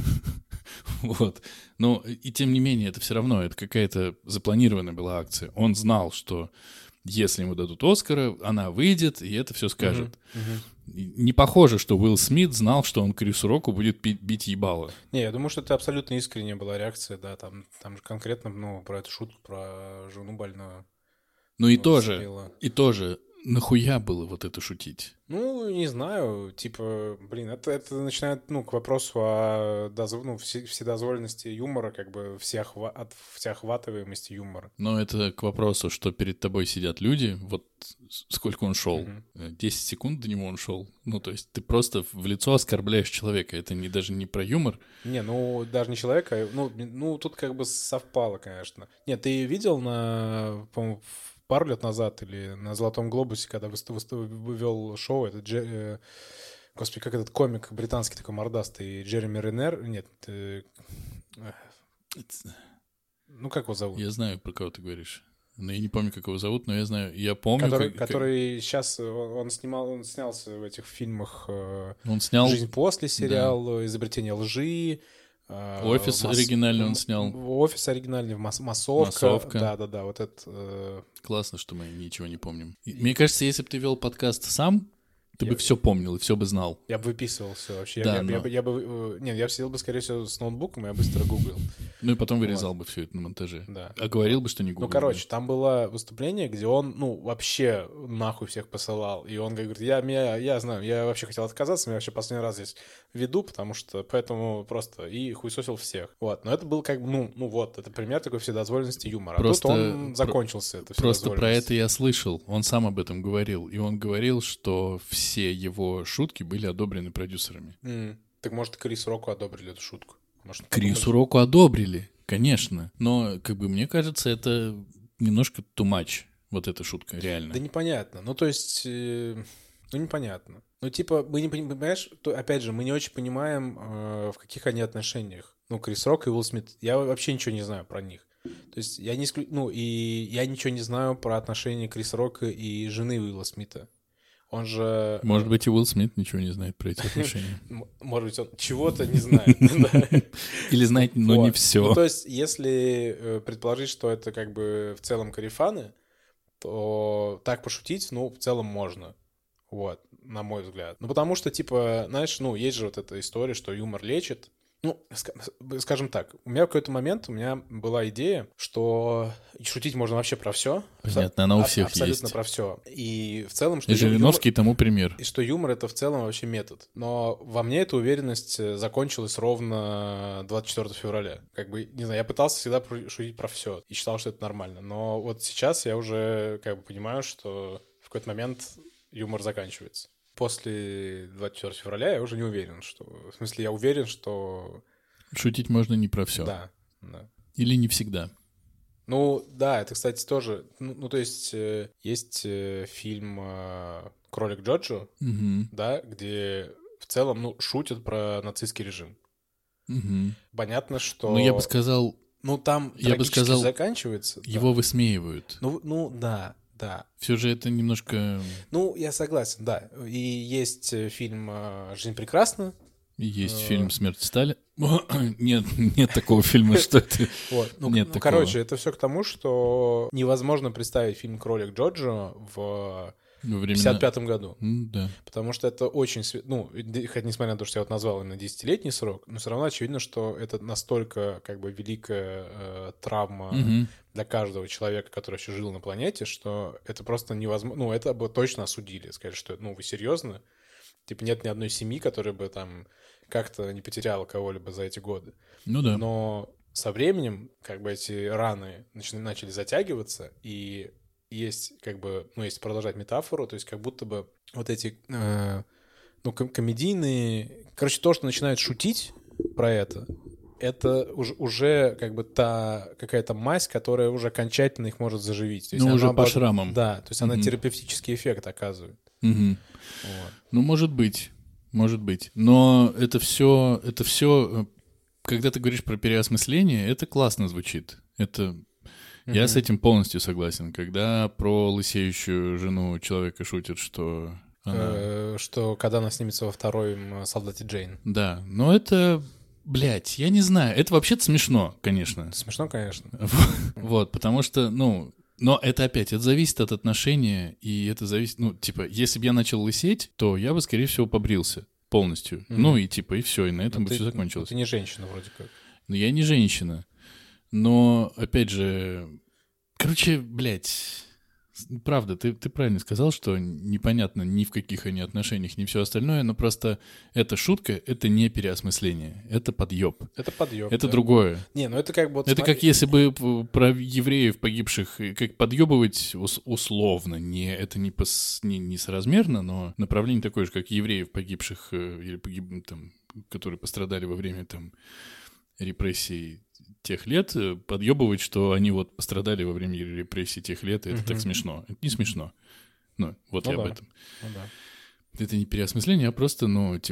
Вот. Но и тем не менее, это все равно, это какая-то запланированная была акция. Он знал, что если ему дадут Оскара, она выйдет, и это все скажет. Не похоже, что Уилл Смит знал, что он Крису Року будет бить ебало. Не, я думаю, что это абсолютно искренняя была реакция, да, там же конкретно, ну, про эту шутку, про жену больную. Ну и тоже, нахуя было вот это шутить? Ну, не знаю, типа, блин, это начинает, ну, к вопросу о вседозволенности юмора, как бы всеохватываемости юмора. Но это к вопросу, что перед тобой сидят люди, вот сколько он шел, 10 секунд до него он шел. Ну, то есть ты просто в лицо оскорбляешь человека, это даже не про юмор. Не, ну, даже не человека, ну, тут как бы совпало, конечно. Нет, ты видел по-моему, пару лет назад или на «Золотом глобусе», когда вывел шоу, господи, как этот комик британский такой мордастый, Джереми Ренер, нет, ну как его зовут? Я знаю, про кого ты говоришь. Но я не помню, как его зовут, но я помню... Который сейчас, он снялся в этих фильмах он снял... «Жизнь после» сериал, «Изобретение лжи», «Офис» оригинальный он снял. «Офис» оригинальный, «Массовка». Да, вот это... Классно, что мы ничего не помним. Мне кажется, если бы ты вел подкаст сам, ты бы все помнил и все бы знал. Я бы выписывал все вообще. Да, я сидел бы, скорее всего, с ноутбуком, и я быстро гуглил. Ну и потом вырезал бы все это на монтаже. Да. А говорил бы, что не гуглил. Ну, короче, там было выступление, где он, вообще нахуй всех посылал. И он говорит, я знаю, я вообще хотел отказаться, я вообще последний раз здесь веду, потому что поэтому просто и хуесосил всех. Вот. Но это был как бы, это пример такой вседозволенности юмора. Просто, а тут он закончился. Это просто про это я слышал. Он сам об этом говорил. И он говорил, что все его шутки были одобрены продюсерами. Так может, Крису Року одобрили эту шутку? Крису Року одобрили, конечно. Но, как бы, мне кажется, это немножко too much, вот эта шутка, реально. Да непонятно. Ну, то есть, непонятно. Ну, типа, мы не понимаешь, опять же, мы не очень понимаем, в каких они отношениях. Ну, Крис Рок и Уилл Смит. Я вообще ничего не знаю про них. То есть, я ничего не знаю про отношения Криса Рока и жены Уилла Смита. Он же... Может быть, и Уилл Смит ничего не знает про эти отношения. Может быть, он чего-то не знает. Или знает, но не все. Ну, то есть, если предположить, что это как бы в целом корефаны, то так пошутить, в целом можно. Вот, на мой взгляд. Ну, потому что, типа, знаешь, есть же вот эта история, что юмор лечит. Ну, скажем так, у меня в какой-то момент была идея, что шутить можно вообще про все. Понятно, она у всех абсолютно есть. про все. И в целом, что и Жириновский тому пример. И что юмор — это в целом вообще метод. Но во мне эта уверенность закончилась ровно 24 февраля. Как бы, не знаю, я пытался всегда шутить про все и считал, что это нормально. Но вот сейчас я уже как бы понимаю, что в какой-то момент юмор заканчивается. После 24 февраля я уже не уверен, что... В смысле, я уверен, что... Шутить можно не про все. Да. Или не всегда. Ну, да, это, кстати, тоже... Ну то есть, есть фильм «Кролик Джоджо», да, где в целом, шутят про нацистский режим. Понятно, что... Ну, я бы сказал... Ну, там трагически заканчивается. Его высмеивают. Ну, да. Да. Все же это немножко... Ну, я согласен, да. И есть фильм «Жизнь прекрасна». И есть фильм «Смерть Сталина». Нет такого фильма, что это... Нет такого. Короче, это все к тому, что невозможно представить фильм «Кролик Джоджо» в 55-м году. Да. Потому что это очень... хотя несмотря на то, что я вот назвал именно 10-летний срок, но все равно очевидно, что это настолько как бы великая травма для каждого человека, который еще жил на планете, что это просто невозможно... Ну, это бы точно осудили. Сказать, что, вы серьезно? Типа нет ни одной семьи, которая бы там как-то не потеряла кого-либо за эти годы. Ну да. Но со временем как бы эти раны начали затягиваться, и есть как бы, если продолжать метафору, то есть как будто бы вот эти, комедийные... Короче, то, что начинают шутить про это уже как бы та какая-то мазь, которая уже окончательно их может заживить. То есть уже по шрамам. Да, то есть она терапевтический эффект оказывает. Вот. Ну, может быть. Но это все, когда ты говоришь про переосмысление, это классно звучит. Я с этим полностью согласен. Когда про лысеющую жену человека шутят, что она... Что когда она снимется во втором «Солдате Джейн». Да, но это... Блять, я не знаю. Это вообще-то смешно, конечно. Смешно, конечно. Вот, потому что, Но это опять, это зависит от отношения, и это зависит, если бы я начал лысеть, то я бы, скорее всего, побрился полностью. И все, и на этом бы все закончилось. Ты не женщина вроде как. Но я не женщина. Но, опять же, правда, ты правильно сказал, что непонятно ни в каких они отношениях, ни все остальное, но просто эта шутка, это не переосмысление, это подъеб. Это подъеб. Это другое. Это как бы... Это как если бы про евреев погибших, как подъебывать условно, это не соразмерно, но направление такое же, как евреев погибших или которые пострадали во время репрессий тех лет, подъебывать, что они пострадали во время репрессий тех лет, и это так смешно. Это не смешно. Я об этом. Это не переосмысление, а просто,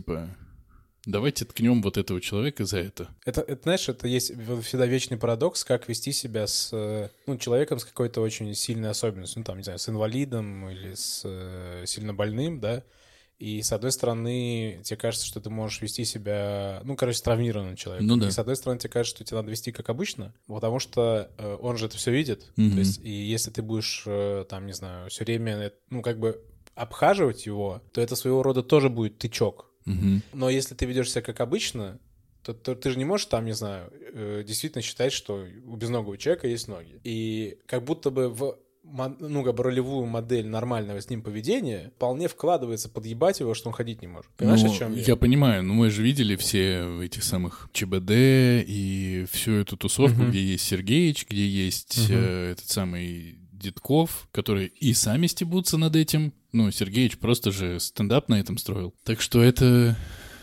давайте ткнем вот этого человека за это. Это знаешь, это есть всегда вечный парадокс, как вести себя с человеком с какой-то очень сильной особенностью, не знаю, с инвалидом или с сильно больным, да. И, с одной стороны, тебе кажется, что ты можешь вести себя, с травмированным человеком. И, с одной стороны, тебе кажется, что тебе надо вести как обычно, потому что он же это все видит. То есть, и если ты будешь, все время, обхаживать его, то это своего рода тоже будет тычок. Но если ты ведешь себя как обычно, то ты же не можешь действительно считать, что у безногого человека есть ноги. И как будто бы в ролевую модель нормального с ним поведения вполне вкладывается подъебать его, что он ходить не может. Понимаешь, о чем я? Я понимаю, но мы же видели все этих самых ЧБД и всю эту тусовку, где есть Сергеич, где есть этот самый Дедков, которые и сами стебутся над этим. Сергеич просто же стендап на этом строил. Так что это...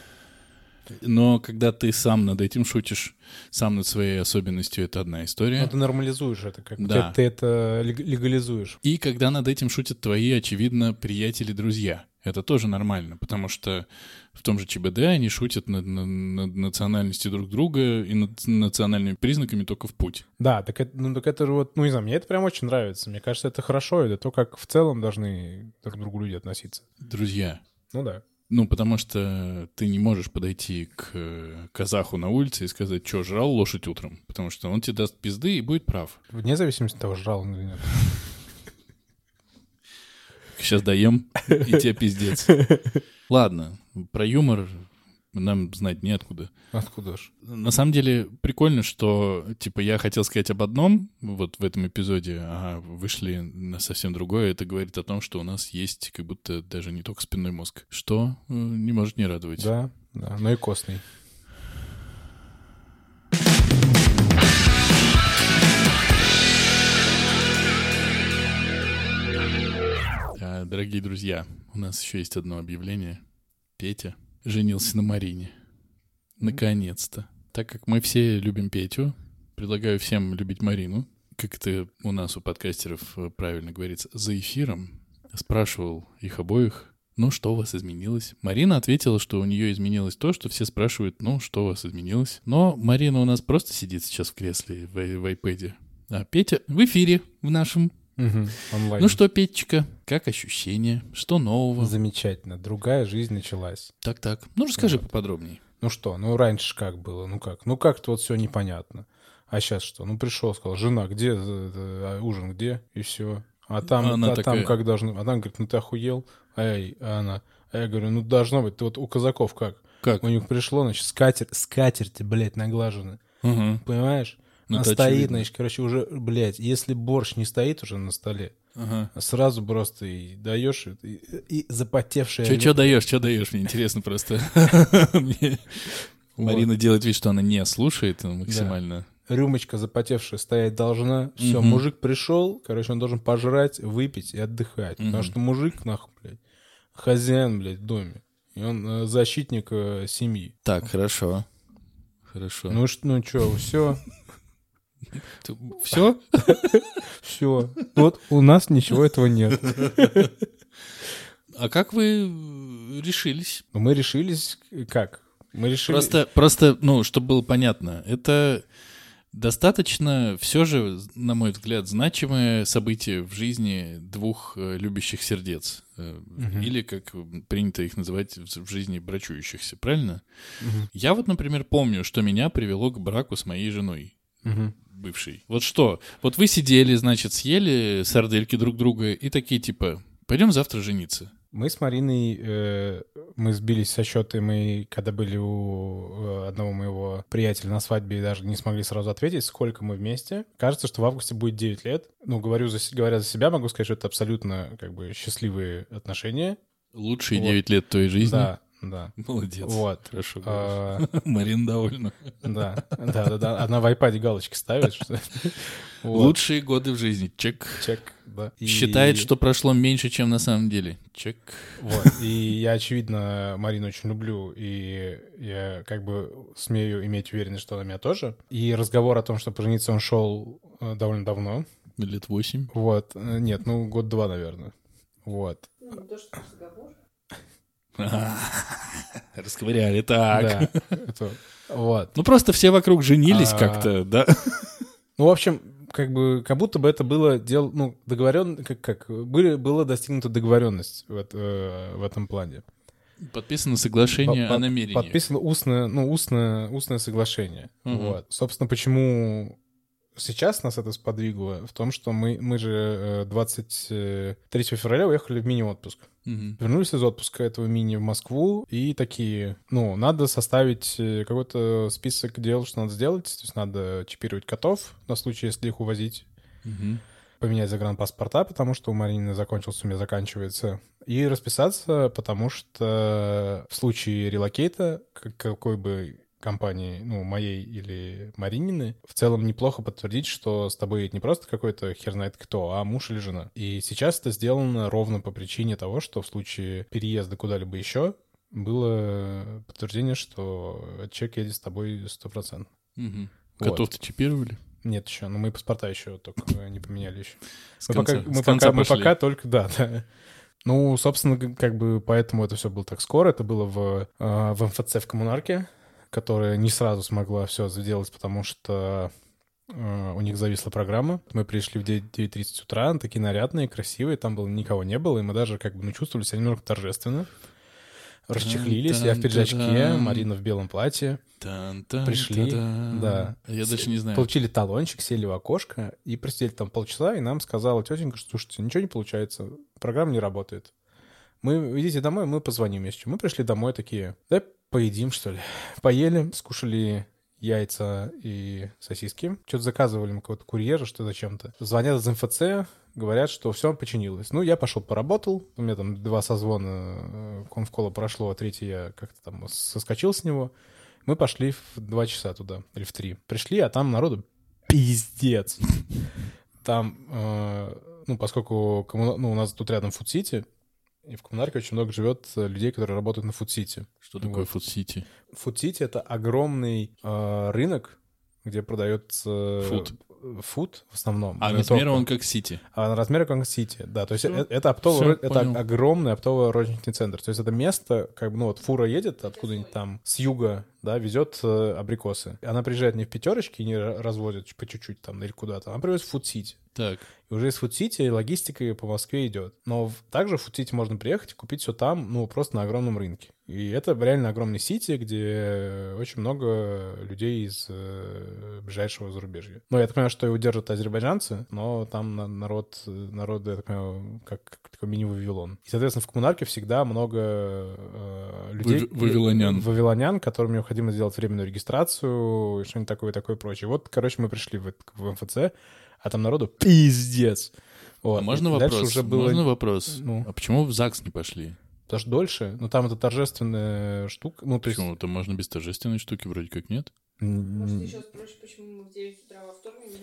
Но когда ты сам над этим шутишь, сам над своей особенностью, это одна история. Но ты нормализуешь это, ты это легализуешь. И когда над этим шутят твои, очевидно, приятели-друзья. Это тоже нормально, потому что в том же ЧБД они шутят над национальностью друг друга и над национальными признаками только в путь. Да, так это же не знаю, мне это прям очень нравится. Мне кажется, это хорошо, это то, как в целом должны друг к другу люди относиться. Друзья. Да. Потому что ты не можешь подойти к казаху на улице и сказать, что, жрал лошадь утром? Потому что он тебе даст пизды и будет прав. Вне зависимости от того, жрал он или нет. Сейчас даем, и тебе пиздец. Ладно, про юмор Нам знать неоткуда. Откуда ж? На самом деле прикольно, что, типа, я хотел сказать об одном вот в этом эпизоде, а вышли на совсем другое. Это говорит о том, что у нас есть как будто даже не только спинной мозг, что не может не радовать. Да, но и костный. Дорогие друзья, у нас еще есть одно объявление. Петя женился на Марине. Наконец-то. Так как мы все любим Петю, предлагаю всем любить Марину. Как это у нас, у подкастеров, правильно говорится, за эфиром. Спрашивал их обоих, ну, что у вас изменилось? Марина ответила, что у нее изменилось то, что все спрашивают, ну, что у вас изменилось? Но Марина у нас просто сидит сейчас в кресле в iPad. А Петя в эфире в нашем. Онлайн. Ну что, Петечка, как ощущения? Что нового? Замечательно. Другая жизнь началась. Так. Ну, расскажи поподробнее. Ну что, раньше как было? Ну как-то вот все непонятно. А сейчас что? Ну пришел, сказал, жена, где ужин, где? И все. А там как должно... Она говорит, ну ты охуел? А я говорю, ну должно быть. Ты вот у казаков как? Как? У них пришло, значит, скатерти, блядь, наглажены. Угу. Понимаешь? Ну, она стоит, значит, короче, уже, блядь, если борщ не стоит уже на столе, сразу просто и даешь, и запотевшая... Что даешь? Мне интересно просто. Марина делает вид, что она не слушает максимально. Рюмочка запотевшая стоять должна. Все, мужик пришел, короче, он должен пожрать, выпить и отдыхать. Потому что мужик, нахуй, блядь, хозяин, блядь, в доме. И он защитник семьи. Так, хорошо. Ну что, все... Все? Все. Вот у нас ничего этого нет. А как вы решились? Мы решились как? Просто, чтобы было понятно, это достаточно все же, на мой взгляд, значимое событие в жизни двух любящих сердец. Или, как принято их называть, в жизни брачующихся, правильно? Я вот, например, помню, что меня привело к браку с моей женой. Бывший. Вот что? Вот вы сидели, значит, съели сардельки друг друга и такие, типа, пойдем завтра жениться. Мы с Мариной, мы сбились со счета, мы, когда были у одного моего приятеля на свадьбе, даже не смогли сразу ответить, сколько мы вместе. Кажется, что в августе будет 9 лет. Ну, говоря за себя, могу сказать, что это абсолютно, как бы, счастливые отношения. Лучшие 9 лет твоей жизни. Да. Молодец. Вот. Хорошо. Марина довольна. Да. Она в iPad галочки ставит. Что... Лучшие годы в жизни. Чек. Да. Считает, что прошло меньше, чем на самом деле. Чек. Вот. И я, очевидно, Марину очень люблю, и я как бы смею иметь уверенность, что она меня тоже. И разговор о том, что пожениться, он шел довольно давно. Лет 8. Вот. Нет, 1-2, наверное. Вот. Ну, не то, что разговор. Расковыряли, так. Да, вот. Ну, просто все вокруг женились как-то, да? Ну, в общем, как будто бы это было дело, было достигнута договоренность в этом плане. Подписано соглашение о намерении. Подписано устное соглашение. Вот. Собственно, почему сейчас нас это сподвигло? В том, что мы же 23 февраля уехали в мини-отпуск. Вернулись из отпуска этого мини в Москву и такие, надо составить какой-то список дел, что надо сделать. То есть надо чипировать котов на случай, если их увозить. Поменять загранпаспорта, потому что у Марины закончился, у меня заканчивается. И расписаться, потому что в случае релокейта, какой бы компании, моей или Маринины, в целом неплохо подтвердить, что с тобой не просто какой-то хер знает кто, а муж или жена. И сейчас это сделано ровно по причине того, что в случае переезда куда-либо еще было подтверждение, что человек едет с тобой 100%. Котов-то чипировали? Нет еще, мы паспорта еще только не поменяли еще. Мы пока только, да. Ну, собственно, как бы поэтому это все было так скоро. Это было в МФЦ в Коммунарке, которая не сразу смогла все сделать, потому что у них зависла программа. Мы пришли в 9:30 утра, такие нарядные, красивые, там никого не было, и мы даже чувствовали себя немного торжественно. Расчехлились, я в пиджачке, Марина в белом платье. Пришли, да. Я даже не знаю. Получили талончик, сели в окошко и просидели там полчаса, и нам сказала тетенька, что, слушайте, ничего не получается, программа не работает. Вы идите домой, мы позвоним еще. Мы пришли домой такие, поедим, что ли. Поели, скушали яйца и сосиски. Что-то заказывали мы какого-то курьера, что зачем-то. Звонят из МФЦ, говорят, что все починилось. Ну, я пошел поработал. У меня там 2 созвона конфкола прошло, а 3 я как-то там соскочил с него. Мы пошли в 2 часа туда, или в 3. Пришли, а там народу пиздец. Там, поскольку у нас тут рядом Фуд-Сити, и в Коммунарке очень много живет людей, которые работают на Фуд-Сити. Что такое Фуд-Сити? Фуд-Сити — это огромный рынок, где продается фуд в основном. А размером он как Сити? А размером как Сити, да. То есть это огромный оптовый розничный центр. То есть это место, как бы, фура едет откуда-нибудь там с юга, да, везет абрикосы. Она приезжает не в пятерочке и не развозит по чуть-чуть там или куда-то. Она привозит в Фуд-Сити. Так. И уже из Фуд-Сити логистика по Москве идет. Но также в Фуд-Сити можно приехать и купить все там, просто на огромном рынке. И это реально огромный сити, где очень много людей из ближайшего зарубежья. Ну, я так понимаю, что его держат азербайджанцы, но там народ, я так понимаю, как такой мини-Вавилон. И, соответственно, в Коммунарке всегда много людей... Вавилонян, которым необходимо сделать временную регистрацию, что-нибудь такое и прочее. Вот, короче, мы пришли в МФЦ, а там народу пиздец. Вот. А можно вопрос? Ну. А почему в ЗАГС не пошли? Потому что дольше. Но там это торжественная штука. Почему? Там можно без торжественной штуки вроде как нет? Может, ты сейчас спросишь, почему мы в 9 утра во вторник не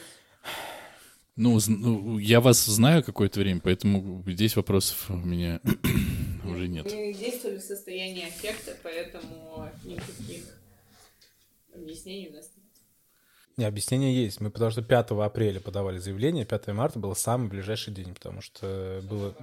записались? Я вас знаю какое-то время, поэтому здесь вопросов у меня уже нет. Мы действовали в состоянии аффекта, поэтому никаких объяснений у нас нет. Не, объяснение есть. Мы потому что 5 апреля подавали заявление, 5 марта был самый ближайший день, потому что было...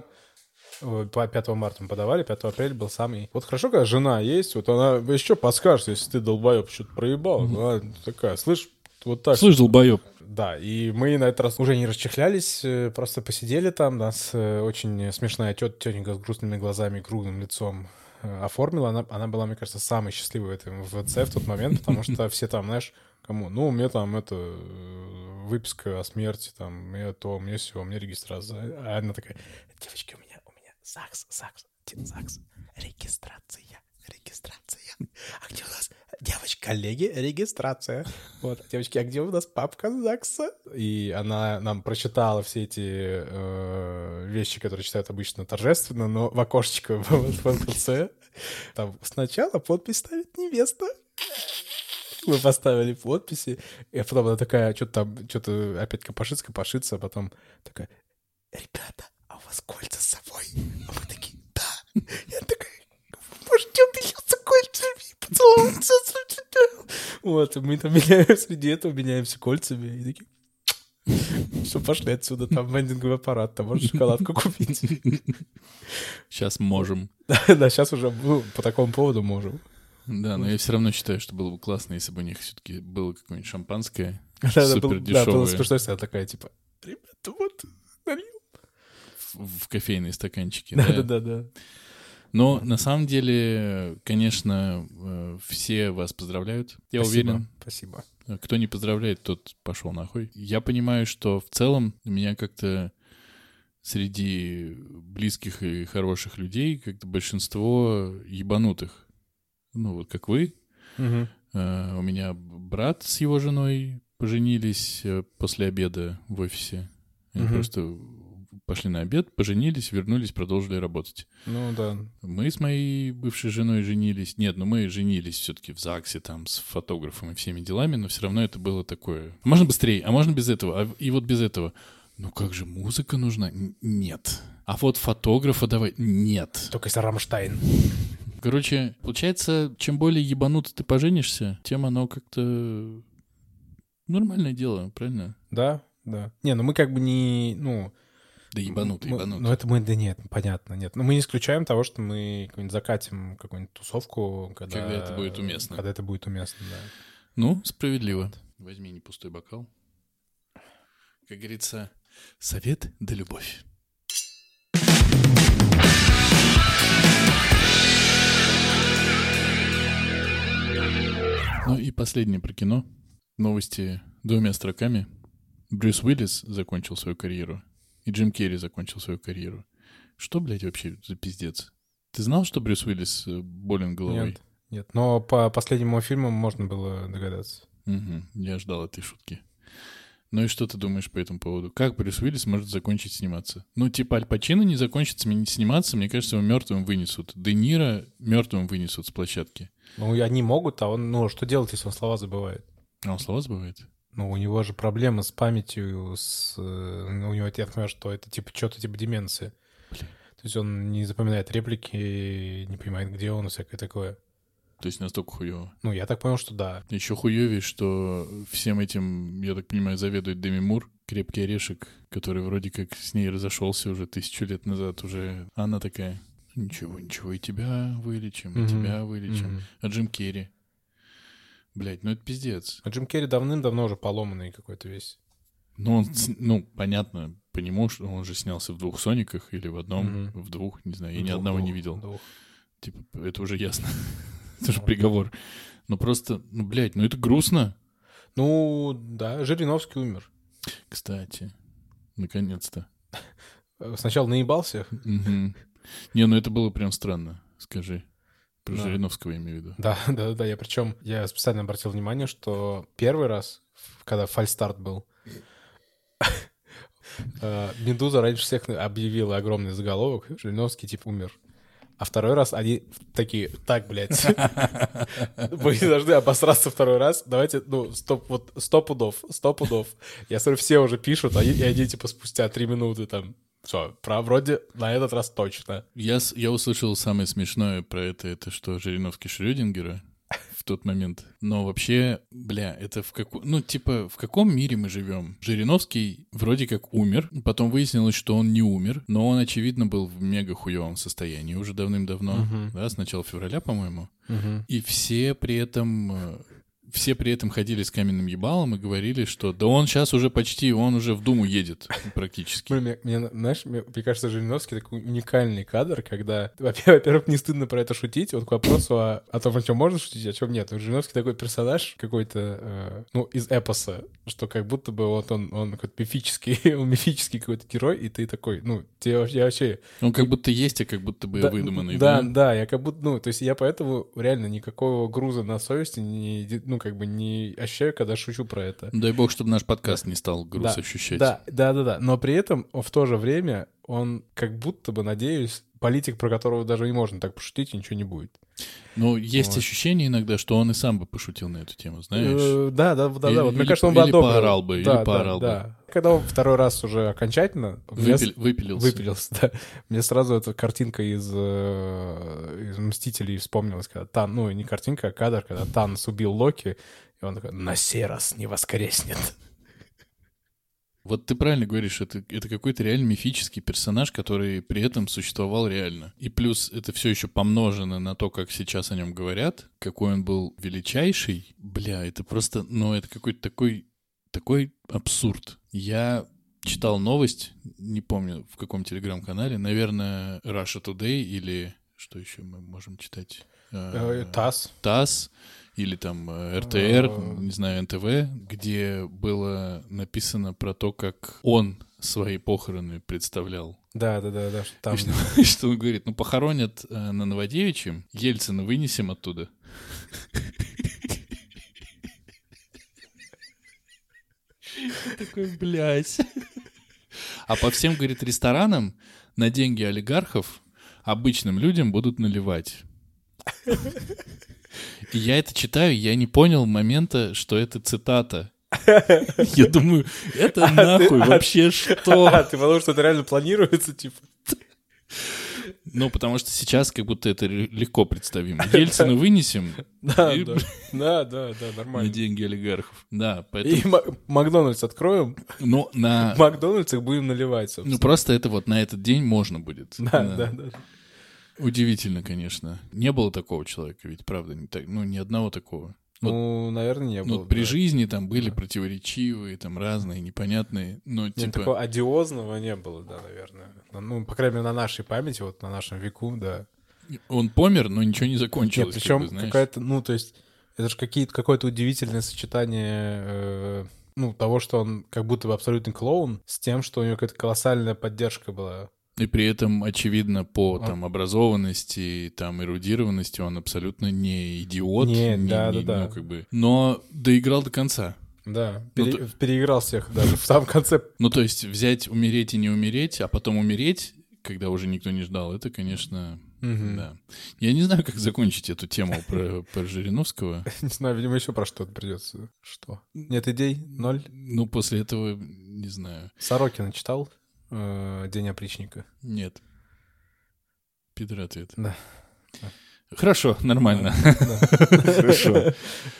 5 марта мы подавали, 5 апреля был самый... Вот хорошо, когда жена есть, вот она еще подскажет, если ты, долбоеб, что-то проебал. Она такая, слышь, вот так. Слышь, долбоеб. Да, и мы на этот раз уже не расчехлялись, просто посидели там. Нас очень смешная тетенька с грустными глазами и круглым лицом оформила. Она была, мне кажется, самой счастливой в этом ВЦ в тот момент, потому что все там, знаешь, кому? У меня там выписка о смерти, там, мне то, мне сего, мне регистрация. А она такая, девочки, у меня ЗАГС, регистрация. А где у нас, девочки, коллеги, регистрация? Вот, девочки, а где у нас папка ЗАГСа? И она нам прочитала все эти вещи, которые читают обычно торжественно, но в окошечко в МФЦ. Там сначала подпись ставит невеста. Мы поставили подписи, и потом она такая, что-то опять копошится, а потом такая, ребята, а у вас кольца с собой? А мы такие, да. Я такая, можете убедиться кольцами и поцеловаться. Вот, и мы там меняемся кольцами, и такие, что пошли отсюда, там вендинговый аппарат, там можно шоколадку купить. Сейчас можем. Да, сейчас уже по такому поводу можем. Да, но я все равно считаю, что было бы классно, если бы у них все-таки было какое-нибудь шампанское супер дешевое. Да, было смешно, если она такая, типа, ребята, вот, налью. В кофейные стаканчики. Да. Но на самом деле, конечно, все вас поздравляют, я уверен. Спасибо. Кто не поздравляет, тот пошел нахуй. Я понимаю, что в целом у меня как-то среди близких и хороших людей как-то большинство ебанутых. Вот как вы. Угу. У меня брат с его женой поженились после обеда в офисе. Они просто пошли на обед, поженились, вернулись, продолжили работать. Ну да. Мы с моей бывшей женой женились. Нет, мы женились все-таки в ЗАГСе там с фотографом и всеми делами, но все равно это было такое. Можно быстрее, а можно без этого? И вот без этого. Ну как же, музыка нужна? Нет. А вот фотографа давай? Нет. Только если Рамштайн. Короче, получается, чем более ебануто ты поженишься, тем оно как-то нормальное дело, правильно? Да. Не, мы как бы не, Да ебануто. Ну это мы, да нет, понятно, нет. Но мы не исключаем того, что мы закатим какую-нибудь тусовку, когда это будет уместно. Когда это будет уместно, да. Ну, справедливо. Возьми не пустой бокал. Как говорится, совет да любовь. Ну и последнее про кино. Новости 2 строками. Брюс Уиллис закончил свою карьеру. И Джим Керри закончил свою карьеру. Что, блядь, вообще за пиздец? Ты знал, что Брюс Уиллис болен головой? Нет, но по последнему фильму можно было догадаться. Угу, я ждал этой шутки. Ну и что ты думаешь по этому поводу? Как Брюс Уиллис может закончить сниматься? Ну, типа, Аль Пачино не закончит сниматься, мне кажется, его мертвым вынесут. Де Ниро мертвым вынесут с площадки. Ну, они могут, а он, ну, что делать, если он слова забывает? А он слова забывает? Ну, у него же проблемы с памятью, у него, я понимаю, что это типа что-то типа деменции. Блин. То есть он не запоминает реплики, не понимает, где он и всякое такое. То есть настолько хуёво? Ну, я так понял, что да. Еще хуёвее, что всем этим, я так понимаю, заведует Деми Мур, крепкий орешек, который вроде как с ней разошелся уже 1000 лет назад уже. А она такая, ничего, и тебя вылечим, и тебя вылечим. А Джим Керри? Блядь, ну это пиздец. А Джим Керри давным-давно уже поломанный какой-то весь. Ну, понятно, по нему, что он же снялся в 2 «Сониках» или в одном, в 2, не знаю, я ни одного не видел. 2. Типа, это уже ясно. Это же приговор. Ну просто, ну, блядь, ну это грустно. Ну, да, Жириновский умер. Кстати, наконец-то. Сначала наебался. Угу. Не, ну это было прям странно, скажи. Про Жириновского я имею в виду. Да, я специально обратил внимание, что первый раз, когда фальстарт был, «Медуза» раньше всех объявила огромный заголовок, Жириновский типа умер. А второй раз они такие, так, блядь, вы не должны обосраться второй раз, давайте, ну, сто пудов. Я смотрю, все уже пишут, и они типа спустя 3 минуты там, все, вроде на этот раз точно. Я услышал самое смешное про это что Жириновский Шрёдингера в тот момент. Но вообще, бля, это в каком мире мы живем? Жириновский вроде как умер, потом выяснилось, что он не умер, но он, очевидно, был в мега хуевом состоянии уже давным-давно, да, с начала февраля, по-моему. И все при этом ходили с каменным ебалом и говорили, что да он сейчас уже почти, он уже в Думу едет практически. Мне кажется, Жириновский такой уникальный кадр, когда, во-первых, не стыдно про это шутить, вот к вопросу о том, о чем можно шутить, о чем нет. Жириновский такой персонаж какой-то, из эпоса, что как будто бы вот он какой-то мифический какой-то герой, и ты такой, ну, тебе вообще... Он как будто есть, а как будто бы выдуманный, да, я как будто, ну, то есть я поэтому реально никакого груза на совести не ощущаю, когда шучу про это. Дай бог, чтобы наш подкаст не стал груз ощущать. Да. Но при этом в то же время он как будто бы, надеюсь, политик, про которого даже не можно так пошутить, и ничего не будет. Ну, есть ощущение иногда, что он и сам бы пошутил на эту тему, знаешь? Да. Вот, мне кажется, он бы одобрил. Или поорал бы. Когда он второй раз уже окончательно выпилился, да, мне сразу эта картинка из «Мстителей» вспомнилась, когда Тан, ну, не картинка, а кадр, когда Танос убил Локи, и он такой, на сей раз не воскреснет. Вот ты правильно говоришь, это какой-то реально мифический персонаж, который при этом существовал реально. И плюс это все еще помножено на то, как сейчас о нем говорят, какой он был величайший. Бля, это просто, ну, это какой-то такой абсурд. Я читал новость, не помню в каком телеграм-канале, наверное, Russia Today или что еще мы можем читать? ТАСС. Или там РТР, не знаю, НТВ, где было написано про то, как он свои похороны представлял. Да, что там... Что он говорит, ну, похоронят на Новодевичьем, Ельцина вынесем оттуда. Такой, блядь. А по всем, говорит, ресторанам на деньги олигархов обычным людям будут наливать. И я это читаю, я не понял момента, что это цитата. Я думаю, это нахуй вообще что? Ты подумал, что это реально планируется, типа? Ну, потому что сейчас как будто это легко представимо. Ельцина вынесем. Да, нормально. На деньги олигархов. Да, поэтому... И Макдональдс откроем. Ну, на... В Макдональдсах будем наливать, собственно. Ну, просто это вот на этот день можно будет. Да. Удивительно, конечно. Не было такого человека, ведь, правда, ни одного такого. Ну, наверное, не было. Ну, при жизни там были противоречивые, там разные, непонятные, но типа... Такого одиозного не было, да, наверное. Ну, по крайней мере, на нашей памяти, вот на нашем веку, да. Он помер, но ничего не закончилось. Нет, причем какая-то, ну, то есть, это же какое-то удивительное сочетание, того, что он как будто бы абсолютный клоун, с тем, что у него какая-то колоссальная поддержка была. И при этом, очевидно, по там образованности, там эрудированности он абсолютно не идиот. Да. Ну, как бы, но доиграл до конца. Да, переиграл всех даже в самом конце. Ну, то есть взять, умереть и не умереть, а потом умереть, когда уже никто не ждал, это, конечно... Да. Я не знаю, как закончить эту тему про Жириновского. Не знаю, видимо, еще про что-то придется. Что? Нет идей? Ноль? Ну, после этого, не знаю. Сорокина читал «День опричника»? Нет. Пидор ответ. Да. Хорошо, нормально. Хорошо.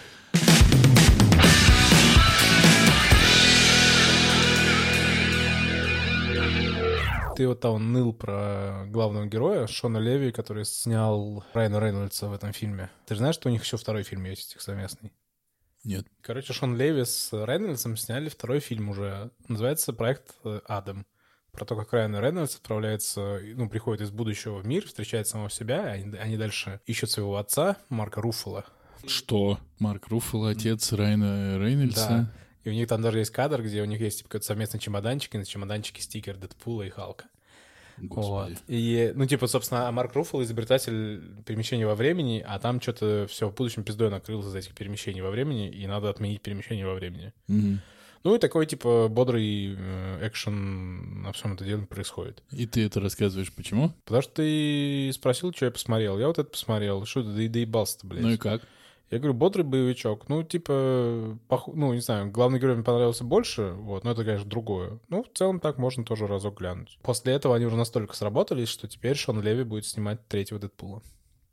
Ты вот там ныл про главного героя Шона Леви, который снял Райана Рейнольдса в этом фильме. Ты же знаешь, что у них еще второй фильм есть, их совместный? Нет. Короче, Шон Леви с Рейнольдсом сняли второй фильм уже. Называется проект «Адам». Про то, как Райан Рейнольдс отправляется, ну, приходит из будущего в мир, встречает самого себя, и они дальше ищут своего отца, Марка Руффало. Что? Марк Руффало, отец Райана Рейнольдса? Да. И у них там даже есть кадр, где у них есть типа, какой-то совместный чемоданчик, и на чемоданчике стикер Дэдпула и Халка. Господи. Вот. И, ну, типа, собственно, Марк Руффало изобретатель перемещения во времени, а там что-то все в будущем пиздой накрылось из-за этих перемещений во времени, и надо отменить перемещение во времени. Ну, и такой, типа, бодрый экшен на всем этом деле происходит. И ты это рассказываешь почему? Потому что ты спросил, что я посмотрел. Я вот это посмотрел. Что ты доебался-то, блядь? Ну и как? Я говорю, бодрый боевичок. Ну, типа, ну, не знаю, главный герой мне понравился больше, вот, но это, конечно, другое. Ну, в целом так можно тоже разок глянуть. После этого они уже настолько сработались, что теперь Шон Леви будет снимать третьего Дэдпула.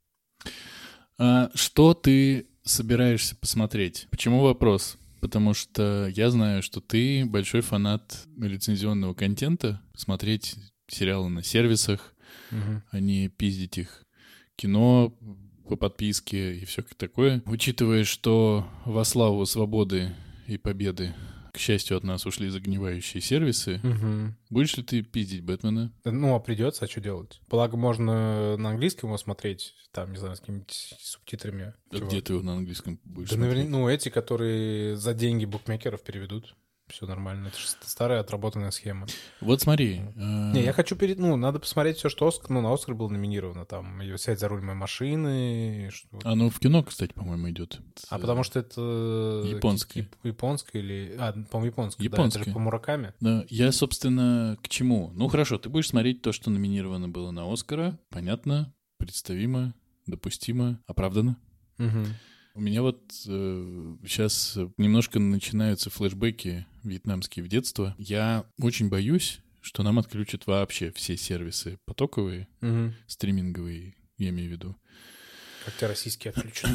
Что ты собираешься посмотреть? Почему вопрос? Потому что я знаю, что ты большой фанат лицензионного контента, смотреть сериалы на сервисах, а не пиздить их. Кино по подписке и все такое. Учитывая, что во славу свободы и победы, к счастью, от нас ушли загнивающие сервисы, будешь ли ты пиздить Бэтмена? Ну, а придется, а что делать? Благо, можно на английском его смотреть, там, не знаю, с какими-нибудь субтитрами. А где ты его на английском будешь Да, смотреть? наверное, ну, эти, которые за деньги букмекеров переведут. Все нормально. Это же старая отработанная схема. Вот смотри. Не, я хочу надо посмотреть все, что на Оскар было номинировано. Там «Сядь за руль моей машины». Оно в кино, кстати, по-моему, идет. А потому что это... Японское. Японское или... по-моему, японское. Японское. Да, это же по Мураками. Да, я, собственно, к чему? Ну, хорошо, ты будешь смотреть то, что номинировано было на Оскара. Понятно, представимо, допустимо, оправдано. У меня вот сейчас немножко начинаются флешбеки вьетнамские в детство. Я очень боюсь, что нам отключат вообще все сервисы потоковые, стриминговые, я имею в виду. Как тебя российские отключат?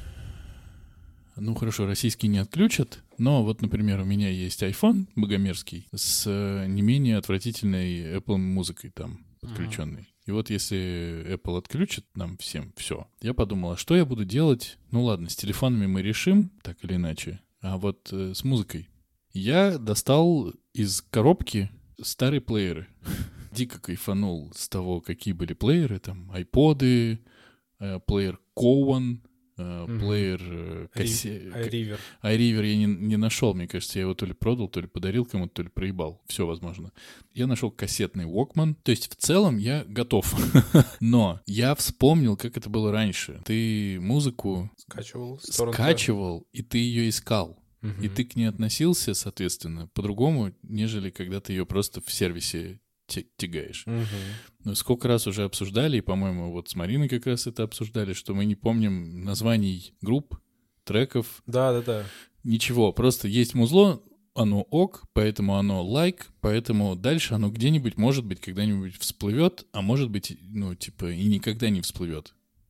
Ну, хорошо, российские не отключат, но вот, например, у меня есть iPhone богомерзкий с не менее отвратительной Apple музыкой там подключенной. И вот если Apple отключит нам всем все, я подумал, а что я буду делать? Ну ладно, с телефонами мы решим, так или иначе, а вот с музыкой. Я достал из коробки старые плееры. Дико кайфанул с того, какие были плееры, там, айподы, плеер Cowan, плеер... iRiver. iRiver я не нашел, мне кажется, я его то ли продал, то ли подарил кому-то, то ли проебал. Все возможно. Я нашел кассетный Walkman. То есть в целом я готов. Но я вспомнил, как это было раньше. Ты музыку скачивал, и ты ее искал. И ты к ней относился, соответственно, по-другому, нежели когда ты ее просто в сервисе тягаешь. Но сколько раз уже обсуждали, и, по-моему, вот с Мариной как раз это обсуждали, что мы не помним названий групп, треков. Да. Ничего, просто есть музло, оно ок, поэтому оно лайк, поэтому дальше оно где-нибудь, может быть, когда-нибудь всплывет, а может быть, ну, типа, и никогда не всплывет.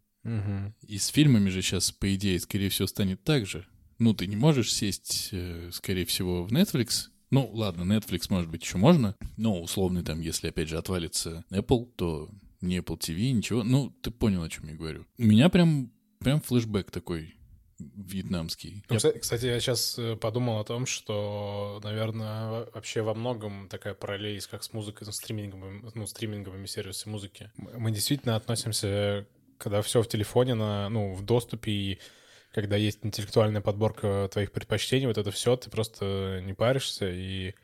И с фильмами же сейчас, по идее, скорее всего, станет так же. Ну, ты не можешь сесть, скорее всего, в Netflix. Ну, ладно, Netflix, может быть, еще можно. Но, условно, там, если, опять же, отвалится Apple, то не Apple TV, ничего. Ну, ты понял, о чем я говорю. У меня прям флешбэк такой вьетнамский. Ну, кстати, я сейчас подумал о том, что, наверное, вообще во многом такая параллель есть как с музыкой, стриминговыми сервисами музыки. Мы действительно относимся, когда все в телефоне, в доступе, и когда есть интеллектуальная подборка твоих предпочтений, вот это все, ты просто не паришься и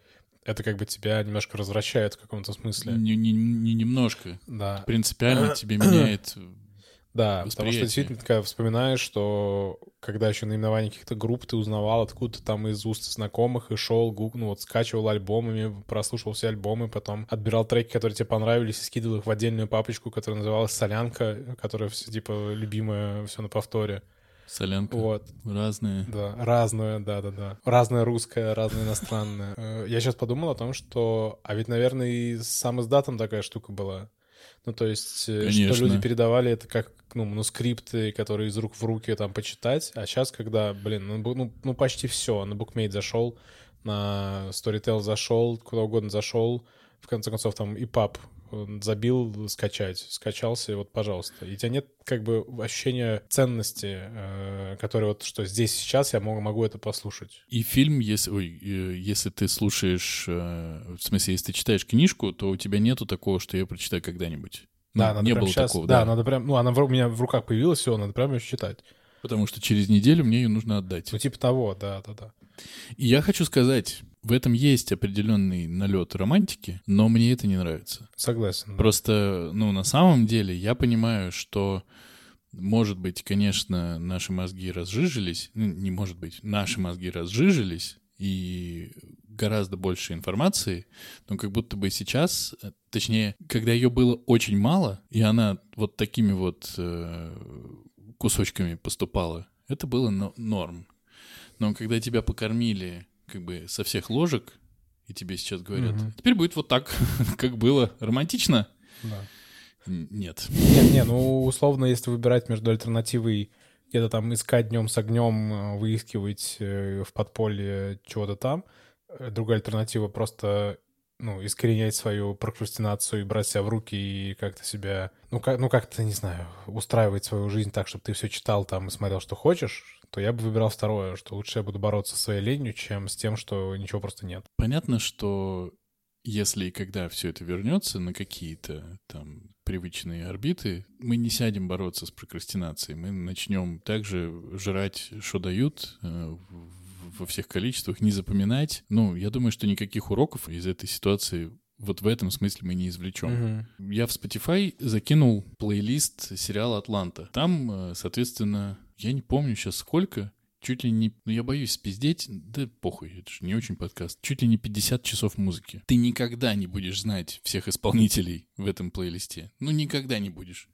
это как бы тебя немножко развращает в каком-то смысле. Не немножко. Да. Принципиально тебе меняет Да, потому восприятие. что действительно ты когда вспоминаешь, что когда еще наименование каких-то групп ты узнавал откуда-то там из уст знакомых и шел, ну вот скачивал альбомами, прослушивал все альбомы, потом отбирал треки, которые тебе понравились, и скидывал их в отдельную папочку, которая называлась «Солянка», которая все типа любимая, все на повторе. Солянка. Вот. Разные. Да, разное, да. Разное русское, разное иностранное. Я сейчас подумал о том, что... А ведь, наверное, и с самиздатом такая штука была. Ну, то есть, Конечно. что люди передавали это как, ну, манускрипты, которые из рук в руки там почитать. А сейчас, когда, ну почти все. На Bookmate зашел, на Storytel зашел, куда угодно зашел. В конце концов, там и паб забил скачать, скачался, и вот, пожалуйста. И у тебя нет как бы ощущения ценности, которое вот, что здесь сейчас я могу это послушать. И фильм, если ты слушаешь, в смысле, если ты читаешь книжку, то у тебя нету такого, что я прочитаю когда-нибудь. Да, надо не прям было сейчас, такого, да, надо прям, ну, она у меня в руках появилась, все, надо прям ее читать. Потому что через неделю мне ее нужно отдать. Ну, типа того, да. И я хочу сказать, в этом есть определенный налет романтики, но мне это не нравится. Согласен. Да. Просто, ну, на самом деле, я понимаю, что, может быть, конечно, наши мозги разжижились, не может быть, наши мозги разжижились, и гораздо больше информации, но как будто бы сейчас, точнее, когда ее было очень мало, и она вот такими вот кусочками поступала, это было норм. Но когда тебя покормили как бы со всех ложек, и тебе сейчас говорят, теперь будет вот так, как было. Романтично? Да. Нет. Не, ну, условно, если выбирать между альтернативой где-то там искать днем с огнем, выискивать в подполье чего-то там, другая альтернатива просто, ну, искоренять свою прокрастинацию и брать себя в руки и как-то себя, как-то, не знаю, устраивать свою жизнь так, чтобы ты все читал там и смотрел, что хочешь, то я бы выбирал второе, что лучше я буду бороться со своей ленью, чем с тем, что ничего просто нет. Понятно, что если и когда все это вернется на какие-то там привычные орбиты, мы не сядем бороться с прокрастинацией, мы начнем также жрать, что дают, во всех количествах, не запоминать. Ну, я думаю, что никаких уроков из этой ситуации вот в этом смысле мы не извлечем. Я в Spotify закинул плейлист сериала «Атланта». Там, соответственно, я не помню сейчас сколько, чуть ли не... Ну, я боюсь спиздеть, да похуй, это же не очень подкаст. Чуть ли не 50 часов музыки. Ты никогда не будешь знать всех исполнителей в этом плейлисте. Ну, никогда не будешь.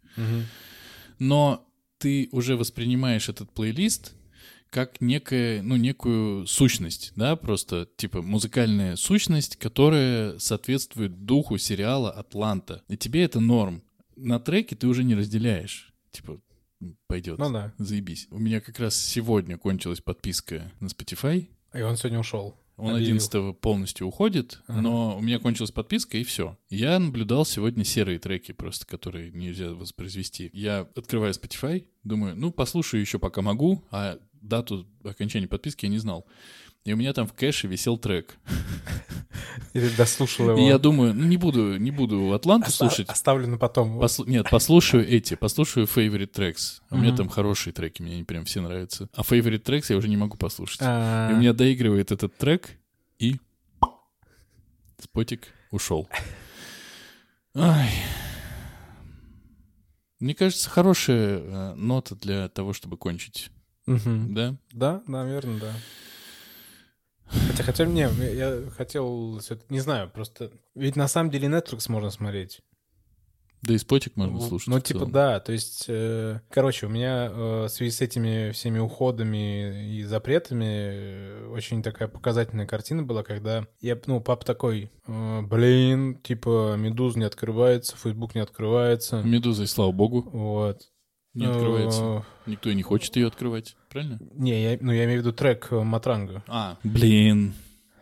Но ты уже воспринимаешь этот плейлист как некую сущность, да, просто типа музыкальная сущность, которая соответствует духу сериала «Атланта». И тебе это норм. На треке ты уже не разделяешь. Типа, пойдет, Ну да. заебись. У меня как раз сегодня кончилась подписка на Spotify. И он сегодня ушел. Он 11-го полностью уходит, но у меня кончилась подписка, и все. Я наблюдал сегодня серые треки просто, которые нельзя воспроизвести. Я открываю Spotify, думаю, ну, послушаю еще пока могу, а дату окончания подписки я не знал. И у меня там в кэше висел трек. И ты дослушал его. И я думаю, ну, не буду «Атланту» слушать. Оставлю на потом. Нет, послушаю favorite tracks. У меня там хорошие треки, мне они прям все нравятся. А favorite tracks я уже не могу послушать. И у меня доигрывает этот трек, и спотик ушел. Ай. Мне кажется, хорошая нота для того, чтобы кончить. Да? Да, наверное, да. Хотя я хотел, не знаю, просто... Ведь на самом деле Netflix можно смотреть. Да и спотик можно слушать. Ну, типа, да, то есть... Короче, у меня в связи с этими всеми уходами и запретами очень такая показательная картина была, когда папа такой, типа, Медуза не открывается, Facebook не открывается. Медуза, и слава богу. Вот. Не открывается. Никто и не хочет ее открывать, правильно? Не, я имею в виду трек Матранга. Блин.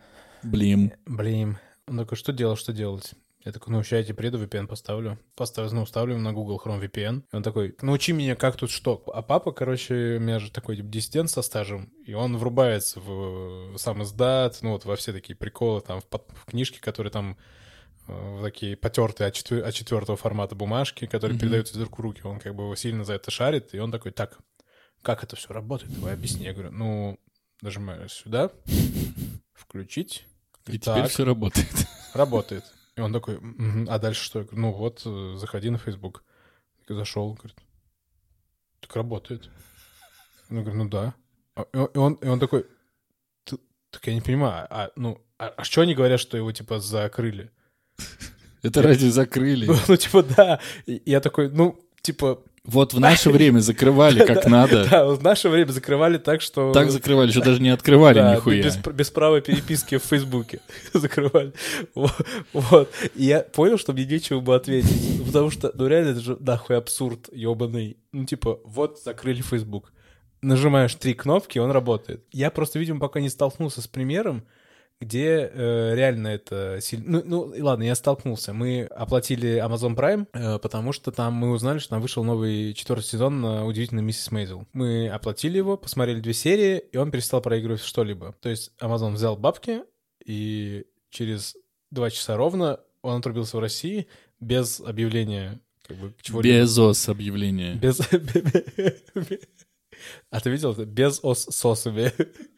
Он такой, что делать? Я такой, сейчас я тебе приеду, VPN поставлю. Ставлю на Google Chrome VPN. И он такой, научи меня, как тут что. А папа, короче, у меня же такой диссидент со стажем, и он врубается в сам издат, во все такие приколы, там, в книжки, которые там такие потертые А4 формата бумажки, которые передаются из рук в руки. Он как бы сильно за это шарит, и он такой, так, как это все работает? Давай объясни. Я говорю, нажимаю сюда, включить, И теперь все работает. Работает. И он такой, а дальше что? Я говорю, ну вот, заходи на Facebook. Я зашел, говорит, так работает. Я говорю, ну да. И он такой, так я не понимаю, а что они говорят, что его, типа, закрыли? Это разве закрыли? Ну, типа, да. И я такой, типа... Вот в наше время закрывали как надо. Да, в наше время закрывали так, что... Так закрывали, что даже не открывали нихуя. Без права переписки в Фейсбуке закрывали. Вот. И я понял, что мне нечего бы ответить. Потому что, реально, это же нахуй абсурд ебаный. Типа, вот закрыли Фейсбук. Нажимаешь 3 кнопки, он работает. Я просто, видимо, пока не столкнулся с примером, где реально это сильно... Ладно, я столкнулся. Мы оплатили Amazon Prime, потому что там мы узнали, что там вышел новый 4-й сезон «Удивительной миссис Мейзел». Мы оплатили его, посмотрели 2 серии, и он перестал проигрывать что-либо. То есть Amazon взял бабки, и через 2 часа ровно он отрубился в России без объявления чего-либо. Безос объявления. Без... А ты видел это? Без сосами.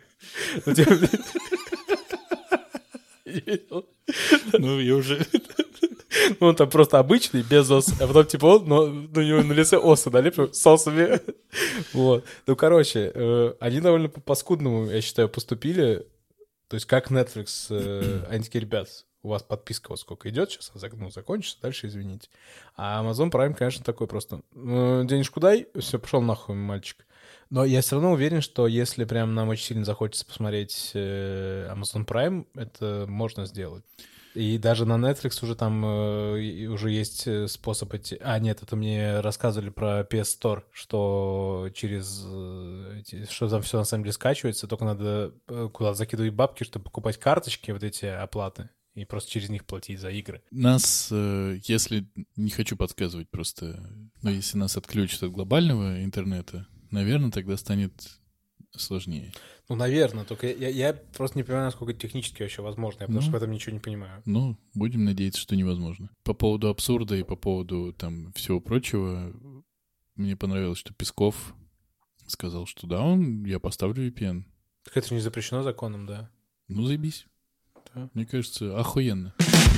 Ну, я уже... Он там просто обычный, без ос. А потом, типа, но у него на лице осы налеплены с сосами. Вот. Ну, короче, они довольно по-скудному, я считаю, поступили. То есть, как Netflix, они такие, ребят, у вас подписка вот сколько идет сейчас, закончится, дальше извините. А Amazon Prime, конечно, такой просто, денежку дай, все, пошел нахуй, мальчик. Но я все равно уверен, что если прям нам очень сильно захочется посмотреть Amazon Prime, это можно сделать. И даже на Netflix уже там уже есть способ идти... нет, это мне рассказывали про PS Store, что что там все на самом деле скачивается, только надо куда-то закидывать бабки, чтобы покупать карточки, вот эти оплаты, и просто через них платить за игры. Нас, если... Не хочу подсказывать просто, но если нас отключат от глобального интернета, наверное, тогда станет сложнее. Ну, наверное, только я просто не понимаю, насколько это технически вообще возможно, потому что в этом ничего не понимаю. Ну, будем надеяться, что невозможно. По поводу абсурда и по поводу там всего прочего, мне понравилось, что Песков сказал, что да, я поставлю VPN. Так это не запрещено законом, да? Ну, заебись. Да. Мне кажется, охуенно.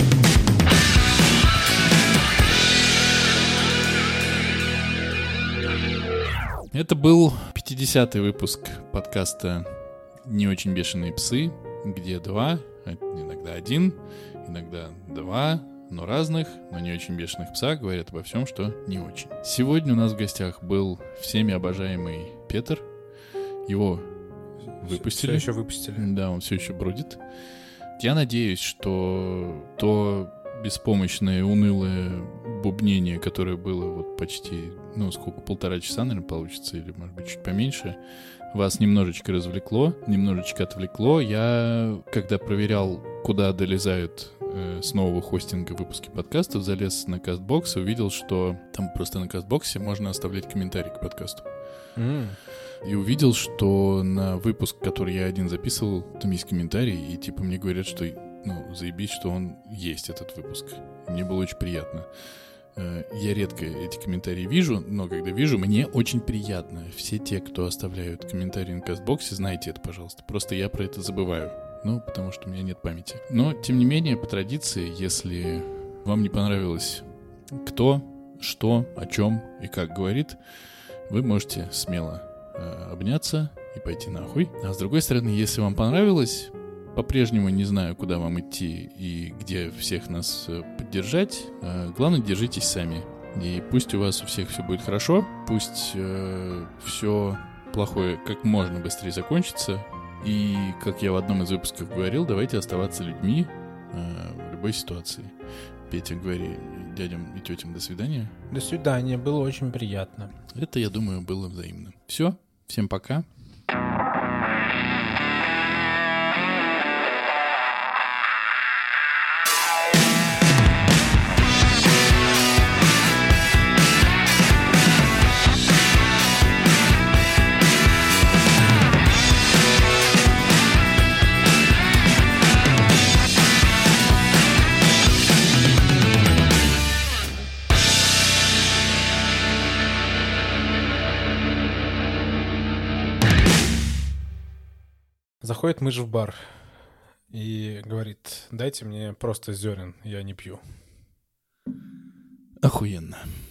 Это был 50-й выпуск подкаста «Не очень бешеные псы», где 2, иногда 1, иногда 2, но разных, но не очень бешеных пса говорят обо всем, что не очень. Сегодня у нас в гостях был всеми обожаемый Петр. Его выпустили. Все еще выпустили. Да, он все еще бродит. Я надеюсь, что то беспомощное, унылое бубнение, которое было вот почти, сколько, 1,5 часа, наверное, получится, или, может быть, чуть поменьше, вас немножечко развлекло, немножечко отвлекло. Я, когда проверял, куда долезают с нового хостинга выпуски подкастов, залез на Castbox и увидел, что там просто на Castbox можно оставлять комментарий к подкасту. И увидел, что на выпуск, который я один записывал, там есть комментарий, и типа мне говорят, что заебись, что он есть, этот выпуск. И мне было очень приятно. Я редко эти комментарии вижу, но когда вижу, мне очень приятно. Все те, кто оставляют комментарии на Кастбоксе, знайте это, пожалуйста. Просто я про это забываю. Потому что у меня нет памяти. Но, тем не менее, по традиции, если вам не понравилось кто, что, о чем и как говорит, вы можете смело обняться и пойти нахуй. А с другой стороны, если вам понравилось, по-прежнему не знаю, куда вам идти и где всех нас поддержать. Главное, держитесь сами. И пусть у вас у всех все будет хорошо. Пусть все плохое как можно быстрее закончится. И, как я в одном из выпусков говорил, давайте оставаться людьми в любой ситуации. Петя, говори дядям и тетям до свидания. До свидания, было очень приятно. Это, я думаю, было взаимно. Все, всем пока. Заходит мышь в бар и говорит: дайте мне просто зерен, я не пью. Охуенно.